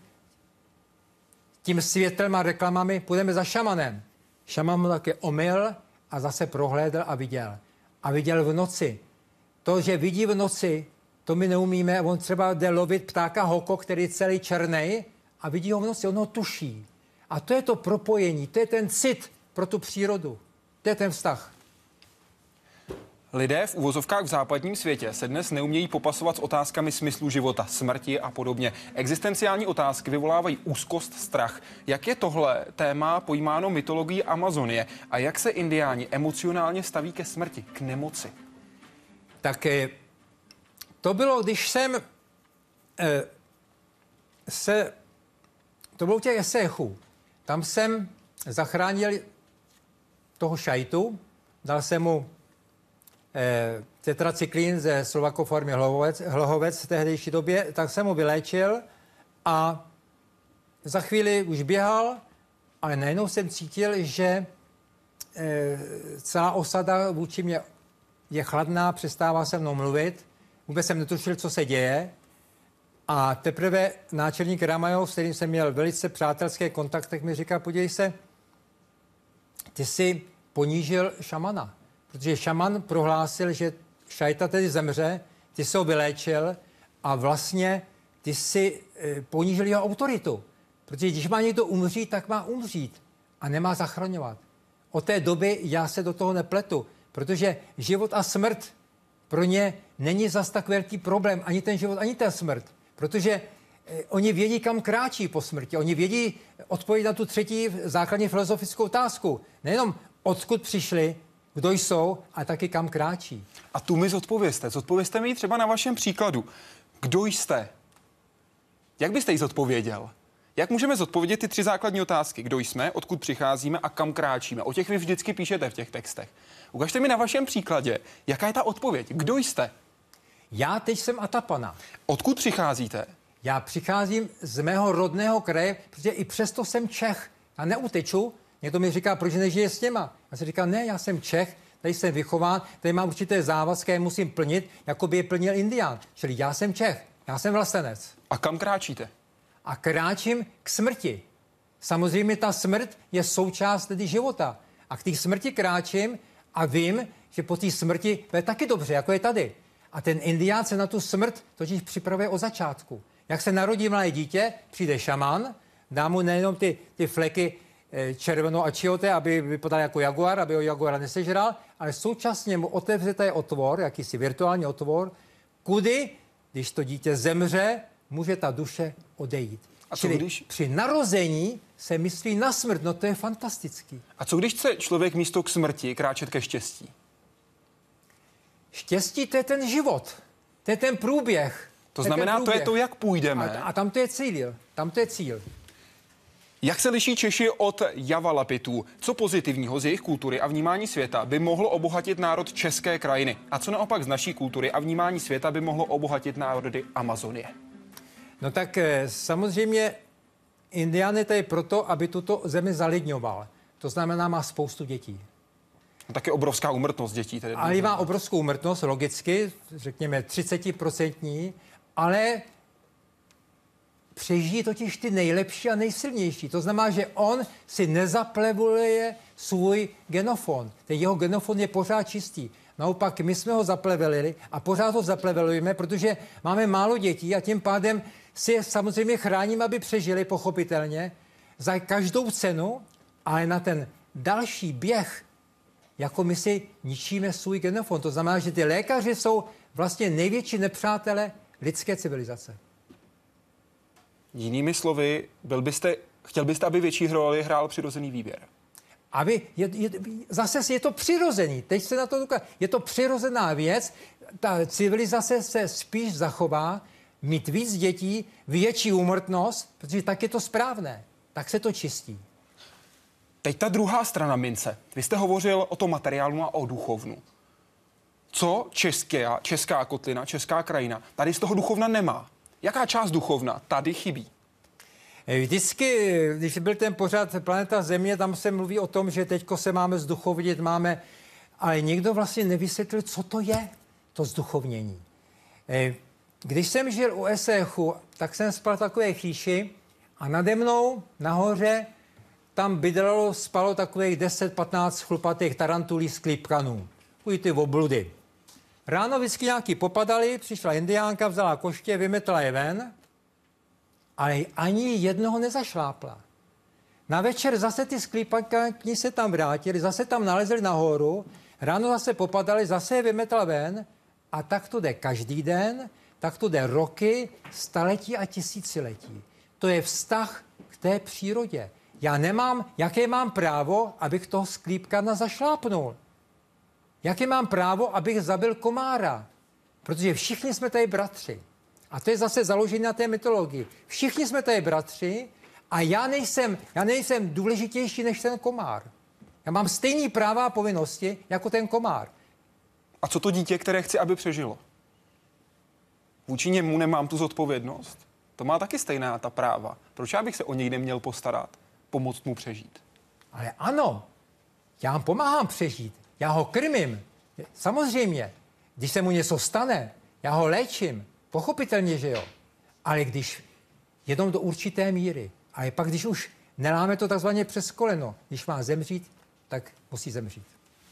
tím světlem a reklamami, půjdeme za šamanem. Šaman mu také omyl a zase prohlédl a viděl. A viděl v noci. To, že vidí v noci, to my neumíme. On třeba jde lovit ptáka hoko, který je celý černej a vidí ho v noci, on ho tuší. A to je to propojení, to je ten cit pro tu přírodu. To je ten vztah. Lidé v uvozovkách v západním světě se dnes neumějí popasovat s otázkami smyslu života, smrti a podobně. Existenciální otázky vyvolávají úzkost, strach. Jak je tohle téma pojímáno mytologií Amazonie a jak se indiáni emocionálně staví ke smrti, k nemoci? Tak to bylo, když jsem eh, se... To bylo u těch eséchů. Tam jsem zachránil toho šajtu, dal jsem mu eh, tetracyklin ze Slovakoformy Hlohovec, Hlohovec v tehdejší době, tak jsem mu vyléčil a za chvíli už běhal ale najednou jsem cítil, že e, celá osada vůči mě je chladná, přestává se mnou mluvit, vůbec jsem netušil, co se děje. A teprve náčelník Ramajov, s kterým jsem měl velice přátelské kontakty, mi říká, podívej se, ty jsi ponížil šamana, protože šaman prohlásil, že šajta tedy zemře, ty jsi ho vyléčil a vlastně ty jsi e, ponížil jeho autoritu. Protože když má někdo umřít, tak má umřít a nemá zachraňovat. Od té doby já se do toho nepletu, protože život a smrt pro ně není zas tak velký problém, ani ten život, ani ta smrt. Protože e, oni vědí, kam kráčí po smrti. Oni vědí odpověď na tu třetí základní filozofickou otázku. Nejenom odkud přišli, kdo jsou, a taky kam kráčí. A tu mi zodpovězte. Zodpovězte mi třeba na vašem příkladu. Kdo jste? Jak byste jí zodpověděl? Jak můžeme zodpovědět ty tři základní otázky? Kdo jsme, odkud přicházíme a kam kráčíme? O těch vy vždycky píšete v těch textech. Ukažte mi na vašem příkladě, jaká je ta odpověď? Kdo jste? Já teď jsem Atapana. Odkud přicházíte? Já přicházím z mého rodného kraje, protože i přesto jsem Čech. A neuteču. Někdo mi říká, proč nežije s těma? Já si říkám, ne, já jsem Čech, tady jsem vychován, tady mám určité závazky, které musím plnit, jako by je plnil Indián. Čili já jsem Čech, já jsem vlastenec. A kam kráčíte? A kráčím k smrti. Samozřejmě ta smrt je součást tedy života. A k té smrti kráčím a vím, že po té smrti to je taky dobře, jako je tady. A ten Indián se na tu smrt totiž připravuje od začátku. Jak se narodí mladé dítě, přijde šaman, dá mu nejenom ty, ty fleky e, červenou a čioté, aby vypadal jako jaguar, aby ho jaguara nesežral, ale současně mu otevře tady otvor, jakýsi virtuální otvor, kudy, když to dítě zemře, může ta duše odejít. A co Čili když... při narození se myslí na smrt, no to je fantastický. A co když chce člověk místo k smrti kráčet ke štěstí? Štěstí to je ten život, to je ten průběh. To znamená, to je to, jak půjdeme. A, a tam to je cíl, tam to je cíl. Jak se liší Češi od Javalapitů? Co pozitivního z jejich kultury a vnímání světa by mohlo obohatit národ české krajiny? A co naopak z naší kultury a vnímání světa by mohlo obohatit národy Amazonie? No tak samozřejmě Indián je tady proto, aby tuto zemi zalidňoval. To znamená, má spoustu dětí. A taky obrovská úmrtnost dětí. Tedy ale má obrovskou úmrtnost, logicky, řekněme třicet procent, ale přežijí totiž ty nejlepší a nejsilnější. To znamená, že on si nezaplevuje svůj genofon. Ten jeho genofon je pořád čistý. Naopak my jsme ho zaplevelili a pořád ho zaplevelujeme, protože máme málo dětí a tím pádem si je samozřejmě chráníme, aby přežili, pochopitelně, za každou cenu, ale na ten další běh, jako my si ničíme svůj genofon. To znamená, že ty lékaři jsou vlastně největší nepřátelé lidské civilizace. Jinými slovy, byl byste, chtěl byste, aby větší roli hrál přirozený výběr? Aby, je, je, zase je to přirozený, teď se na to dokáže, je to přirozená věc, ta civilizace se spíš zachová, mít víc dětí, větší úmrtnost, protože tak je to správné, tak se to čistí. Teď ta druhá strana mince. Vy jste hovořil o tom materiálu a o duchovnu. Co česká, česká kotlina, česká krajina tady z toho duchovna nemá? Jaká část duchovna tady chybí? Vždycky, když byl ten pořad Planeta Země, tam se mluví o tom, že teďko se máme zduchovnit, máme, ale nikdo vlastně nevysvětlil, co to je, to zduchovnění. Když jsem žil u Esechu, tak jsem spal v takové chýši a nade mnou nahoře tam bydlelo, spalo takových deset patnáct chlupatých tarantulí z klípkanů. Takový ty obludy. Ráno vždycky nějaký popadali, přišla indiánka, vzala koště, vymetla je ven, ale ani jednoho nezašlápla. Na večer zase ty sklípani se tam vrátili, zase tam nalezli nahoru, ráno zase popadali, zase je vymetla ven a tak to jde každý den, tak to jde roky, staletí a tisíciletí. To je vztah k té přírodě. Já nemám, jaké mám právo, abych toho sklípkana zašlápnul? Jaké mám právo, abych zabil komára? Protože všichni jsme tady bratři. A to je zase založené na té mytologii. Všichni jsme tady bratři a já nejsem, já nejsem důležitější než ten komár. Já mám stejný práva a povinnosti jako ten komár. A co to dítě, které chci, aby přežilo? Vůči němu nemám tu zodpovědnost? To má taky stejná ta práva. Proč já bych se o něj neměl postarat? pomoct mu přežít. Ale ano, já vám pomáhám přežít, já ho krmím, samozřejmě, když se mu něco stane, já ho léčím, pochopitelně, že jo, ale když jednou do určité míry, ale pak, když už neláme to takzvaně přes koleno, když má zemřít, tak musí zemřít.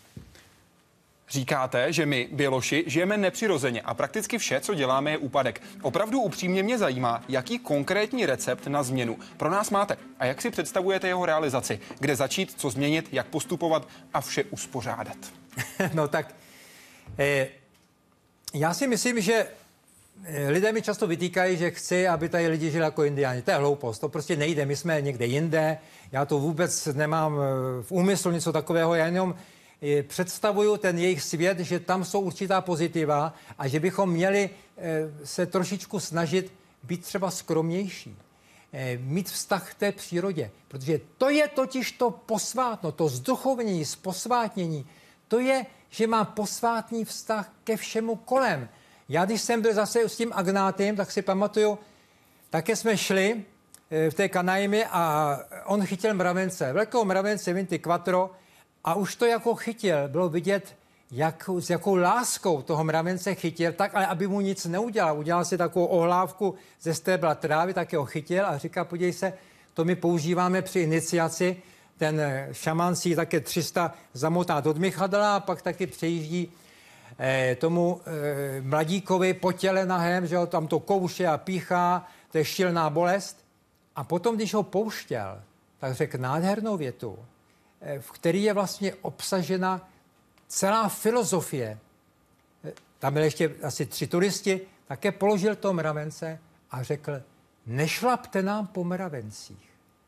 Říkáte, že my, běloši, žijeme nepřirozeně a prakticky vše, co děláme, je úpadek. Opravdu upřímně mě zajímá, jaký konkrétní recept na změnu pro nás máte a jak si představujete jeho realizaci, kde začít, co změnit, jak postupovat a vše uspořádat. No tak, eh, já si myslím, že lidé mi často vytýkají, že chci, aby tady lidi žili jako indiáni. To je hloupost, to prostě nejde. My jsme někde jinde, já to vůbec nemám v úmyslu něco takového, já jenom představuju ten jejich svět, že tam jsou určitá pozitiva a že bychom měli se trošičku snažit být třeba skromnější. Mít vztah k té přírodě, protože to je totiž to posvátno, to zduchovnění, posvátnění, to je, že má posvátný vztah ke všemu kolem. Já, když jsem byl zase s tím Agnátem, tak si pamatuju, také jsme šli v té Kanajmě a on chytil mravence, velkou mravence Vinty Quattro a už to jako chytil, bylo vidět, jak, s jakou láskou toho mravence chytil, tak ale aby mu nic neudělal. Udělal si takovou ohlávku ze stébla trávy, tak ho chytil a říká, podívej se, to my používáme při iniciaci, ten šaman si také tři sta zamotá do dmychadla a pak taky přejíždí eh, tomu eh, mladíkovi po těle nahém, že ho tam to kouše a píchá, to je šílená bolest. A potom, když ho pouštěl, tak řekl nádhernou větu, eh, v který je vlastně obsažena celá filozofie. Eh, tam byli ještě asi tři turisti, také položil to mravence a řekl, nešlapte nám po mravencích.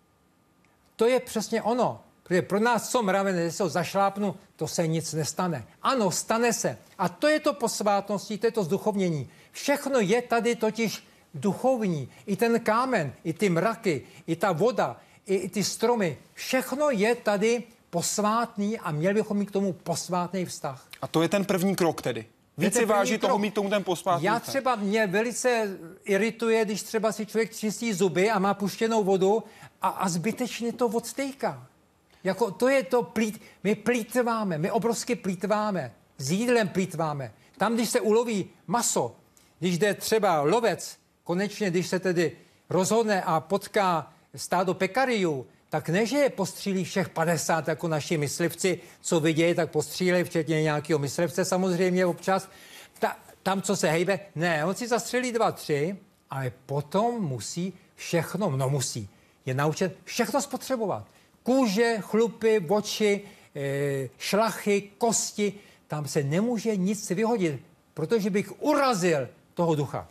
To je přesně ono. Protože pro nás, co mravenec, když se ho zašlápnu, to se nic nestane. Ano, stane se. A to je to posvátností, to je to zduchovnění. Všechno je tady totiž duchovní. I ten kámen, i ty mraky, i ta voda, i, i ty stromy. Všechno je tady posvátný a měli bychom mít k tomu posvátný vztah. A to je ten první krok tedy. Víc si váží toho mít tomu ten posvátný Já vztah. třeba mě velice irituje, když třeba si člověk čistí zuby a má puštěnou vodu a, a zbytečně to odstejká. Jako to je to, plít, my plýtváme, my obrovsky plýtváme, s jídlem plýtváme. Tam, když se uloví maso, když jde třeba lovec, konečně, když se tedy rozhodne a potká stádo pekariů, tak ne, že je postřílí všech padesát, jako naši myslivci, co vidějí, tak postřílí, včetně nějakého myslivce samozřejmě občas. Ta, tam, co se hejbe, ne, on si zastřelí dva, tři, ale potom musí všechno, no musí, je naučen všechno spotřebovat. Kůže, chlupy, oči, e, šlachy, kosti, tam se nemůže nic vyhodit, protože bych urazil toho ducha.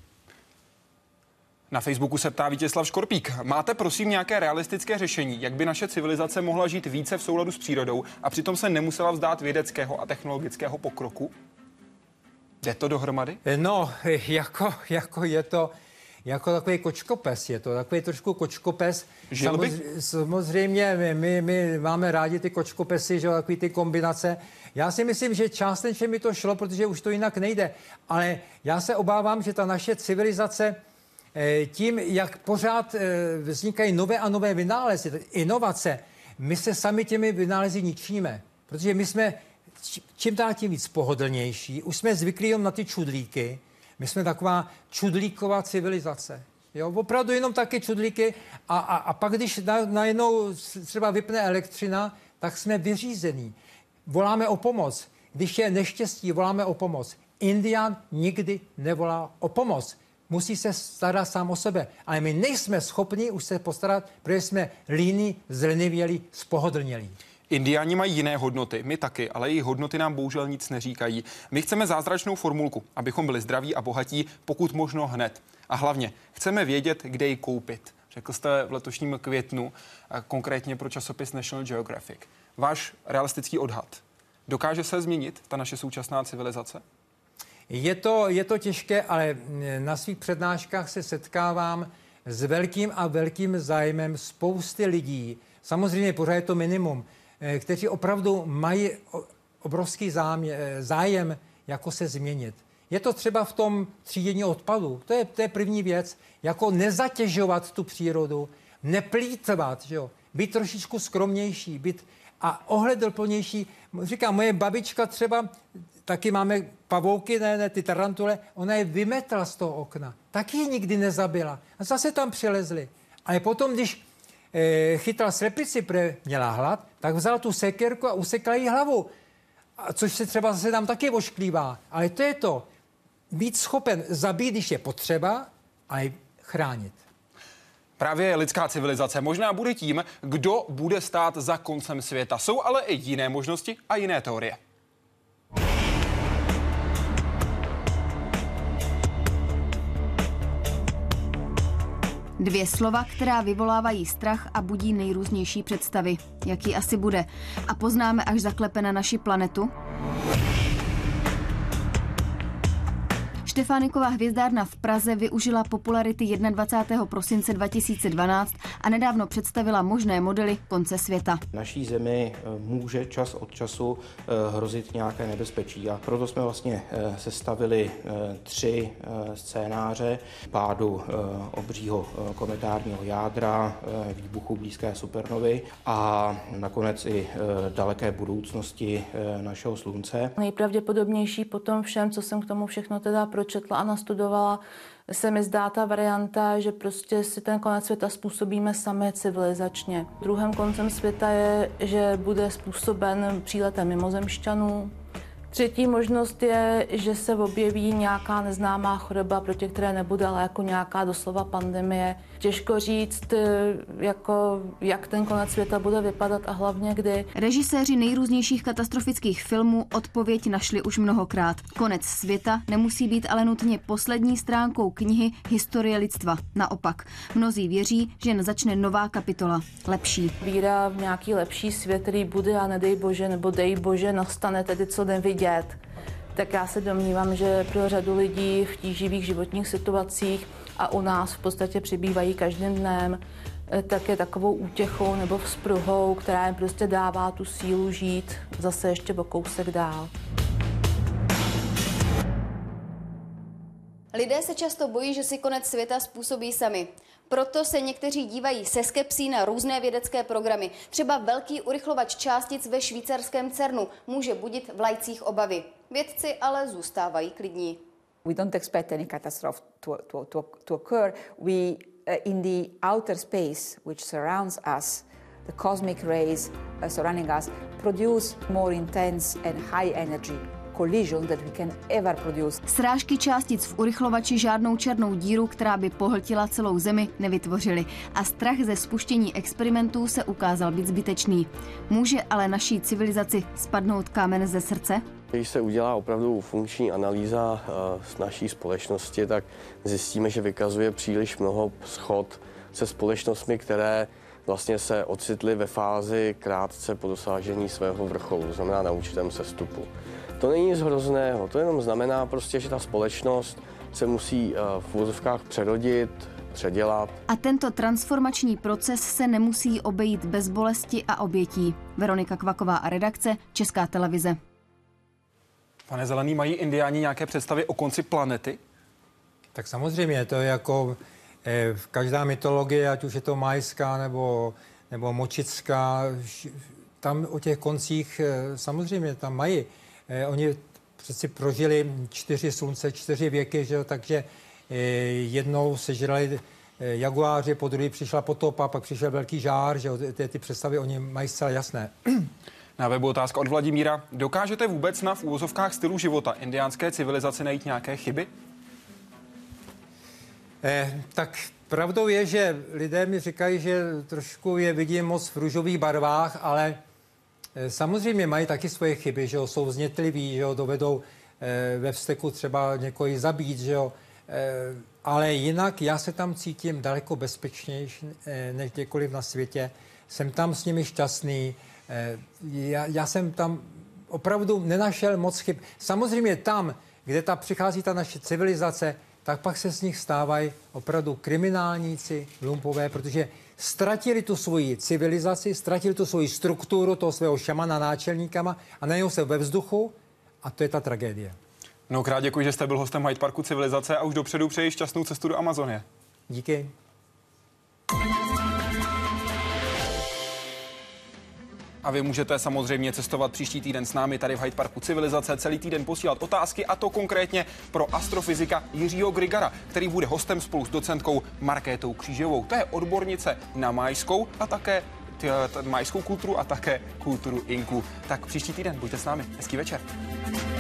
Na Facebooku se ptá Vítězslav Škorpík. Máte prosím nějaké realistické řešení, jak by naše civilizace mohla žít více v souladu s přírodou a přitom se nemusela vzdát vědeckého a technologického pokroku? Jde to dohromady? No, jako, jako je to jako takový kočkopes, je to takový trošku kočkopes. Samoz, samozřejmě my, my máme rádi ty kočkopesy, že takový ty kombinace. Já si myslím, že částečně mi to šlo, protože už to jinak nejde. Ale já se obávám, že ta naše civilizace tím, jak pořád vznikají nové a nové vynálezy, inovace, my se sami těmi vynálezy ničíme. Protože my jsme čím dál tím víc pohodlnější, už jsme zvyklí jenom na ty čudlíky, my jsme taková čudlíková civilizace. Jo, opravdu jenom taky čudlíky a, a, a pak, když na, najednou třeba vypne elektřina, tak jsme vyřízení. Voláme o pomoc. Když je neštěstí, voláme o pomoc. Indián nikdy nevolá o pomoc. Musí se starat sám o sebe. Ale my nejsme schopni už se postarat, protože jsme líní, zlenivělí, spohodlnělí. Indiáni mají jiné hodnoty, my taky, ale jejich hodnoty nám bohužel nic neříkají. My chceme zázračnou formulku, abychom byli zdraví a bohatí, pokud možno hned. A hlavně chceme vědět, kde ji koupit. Řekl jste v letošním květnu, konkrétně pro časopis National Geographic. Váš realistický odhad. Dokáže se změnit ta naše současná civilizace? Je to, je to těžké, ale na svých přednáškách se setkávám s velkým a velkým zájmem spousty lidí. Samozřejmě pořád je to minimum, kteří opravdu mají obrovský zájem, zájem, jako se změnit. Je to třeba v tom třídění odpadu. To je, to je první věc. Jako nezatěžovat tu přírodu, neplýtvat. Že jo? být trošičku skromnější, být a ohleduplnější. Říkám, moje babička třeba, taky máme pavouky, ne, ne, ty tarantule, ona je vymetla z toho okna. Taky je nikdy nezabila. A zase tam přilezli. Ale potom, když e, chytla slepici, protože měla hlad, tak vzala tu sekerku a usekla jí hlavu. A což se třeba zase tam taky ošklívá. Ale to je to. Být schopen zabít, když je potřeba, ale chránit. Právě lidská civilizace možná bude tím, kdo bude stát za koncem světa. Jsou ale i jiné možnosti a jiné teorie. Dvě slova, která vyvolávají strach a budí nejrůznější představy. Jaký asi bude? A poznáme, až zaklepe na naši planetu? Štefániková hvězdárna v Praze využila popularity dvacátého prvního prosince dva tisíce dvanáct a nedávno představila možné modely konce světa. Naší zemi může čas od času hrozit nějaké nebezpečí a proto jsme vlastně sestavili tři scénáře pádu obřího kometárního jádra, výbuchu blízké supernovy a nakonec i daleké budoucnosti našeho slunce. Nejpravděpodobnější po tom všem, co jsem k tomu všechno teda pročetla a nastudovala, se mi zdá ta varianta, že prostě si ten konec světa způsobíme sami civilizačně. Druhým koncem světa je, že bude způsoben příletem mimozemšťanů. Třetí možnost je, že se objeví nějaká neznámá choroba, proti které nebude léku, nějaká doslova pandemie. Těžko říct, jako, jak ten konec světa bude vypadat a hlavně kdy. Režiséři nejrůznějších katastrofických filmů odpověď našli už mnohokrát. Konec světa nemusí být ale nutně poslední stránkou knihy Historie lidstva. Naopak, mnozí věří, že jen začne nová kapitola, lepší. Víra v nějaký lepší svět, který bude a nedej bože, nebo dej bože, nastane tedy co nevidět. Tak já se domnívám, že pro řadu lidí v tíživých životních situacích a u nás v podstatě přibývají každým dnem, tak je takovou útěchou nebo vzpruhou, která jim prostě dává tu sílu žít zase ještě o kousek dál. Lidé se často bojí, že si konec světa způsobí sami. Proto se někteří dívají se skepsí na různé vědecké programy. Třeba velký urychlovač částic ve švýcarském CERNu může budit v laicích obavy. Vědci ale zůstávají klidní. We don't expect any catastrophe to, to, to, to occur. We, uh, in the outer space which surrounds us, the cosmic rays uh, surrounding us, produce more intense and high energy collision that we can ever produce. Srážky částic v urychlovači žádnou černou díru, která by pohltila celou Zemi, nevytvořily. A strach ze spuštění experimentů se ukázal být zbytečný. Může ale naší civilizaci spadnout kámen ze srdce? Když se udělá opravdu funkční analýza z naší společnosti, tak zjistíme, že vykazuje příliš mnoho shod se společnostmi, které vlastně se ocitly ve fázi krátce po dosažení svého vrcholu, to znamená na určitém sestupu. To není nic hrozného, to jenom znamená prostě, že ta společnost se musí v úvozovkách přerodit, předělat. A tento transformační proces se nemusí obejít bez bolesti a obětí. Veronika Kvaková a redakce, Česká televize. Pane Zelený, mají Indiáni nějaké představy o konci planety? Tak samozřejmě, to je jako eh, každá mytologie, ať už je to majská nebo, nebo močická, tam o těch koncích eh, samozřejmě tam mají. Eh, oni přeci prožili čtyři slunce, čtyři věky, že jo, takže eh, jednou sežrali eh, jaguáři, po druhý přišla potopa, pak přišel velký žár, že jo, ty, ty představy oni mají zcela jasné. Na webu otázka od Vladimíra. Dokážete vůbec na v úvozovkách stylu života indiánské civilizace najít nějaké chyby? Eh, tak pravdou je, že lidé mi říkají, že trošku je vidím moc v růžových barvách, ale eh, samozřejmě mají taky svoje chyby, že jo, jsou vznětliví, že jo, dovedou eh, ve vzteku třeba někoho zabít, že jo, eh, ale jinak já se tam cítím daleko bezpečnější eh, než kdekoliv na světě. Jsem tam s nimi šťastný. Já, já jsem tam opravdu nenašel moc chyb. Samozřejmě tam, kde ta přichází ta naše civilizace, tak pak se z nich stávají opravdu kriminálníci, lumpové, protože ztratili tu svoji civilizaci, ztratili tu svoji strukturu toho svého šamana náčelníkama a najednou se ve vzduchu a to je ta tragédie. Mnohokrát děkuji, že jste byl hostem Hyde Parku Civilizace a už dopředu přeji šťastnou cestu do Amazonie. Díky. A vy můžete samozřejmě cestovat příští týden s námi tady v Hyde Parku Civilizace, celý týden posílat otázky, a to konkrétně pro astrofyzika Jiřího Grigara, který bude hostem spolu s docentkou Markétou Křížovou. To je odbornice na mayskou a také t- t- mayskou kulturu a také kulturu Inku. Tak příští týden buďte s námi. Hezký večer.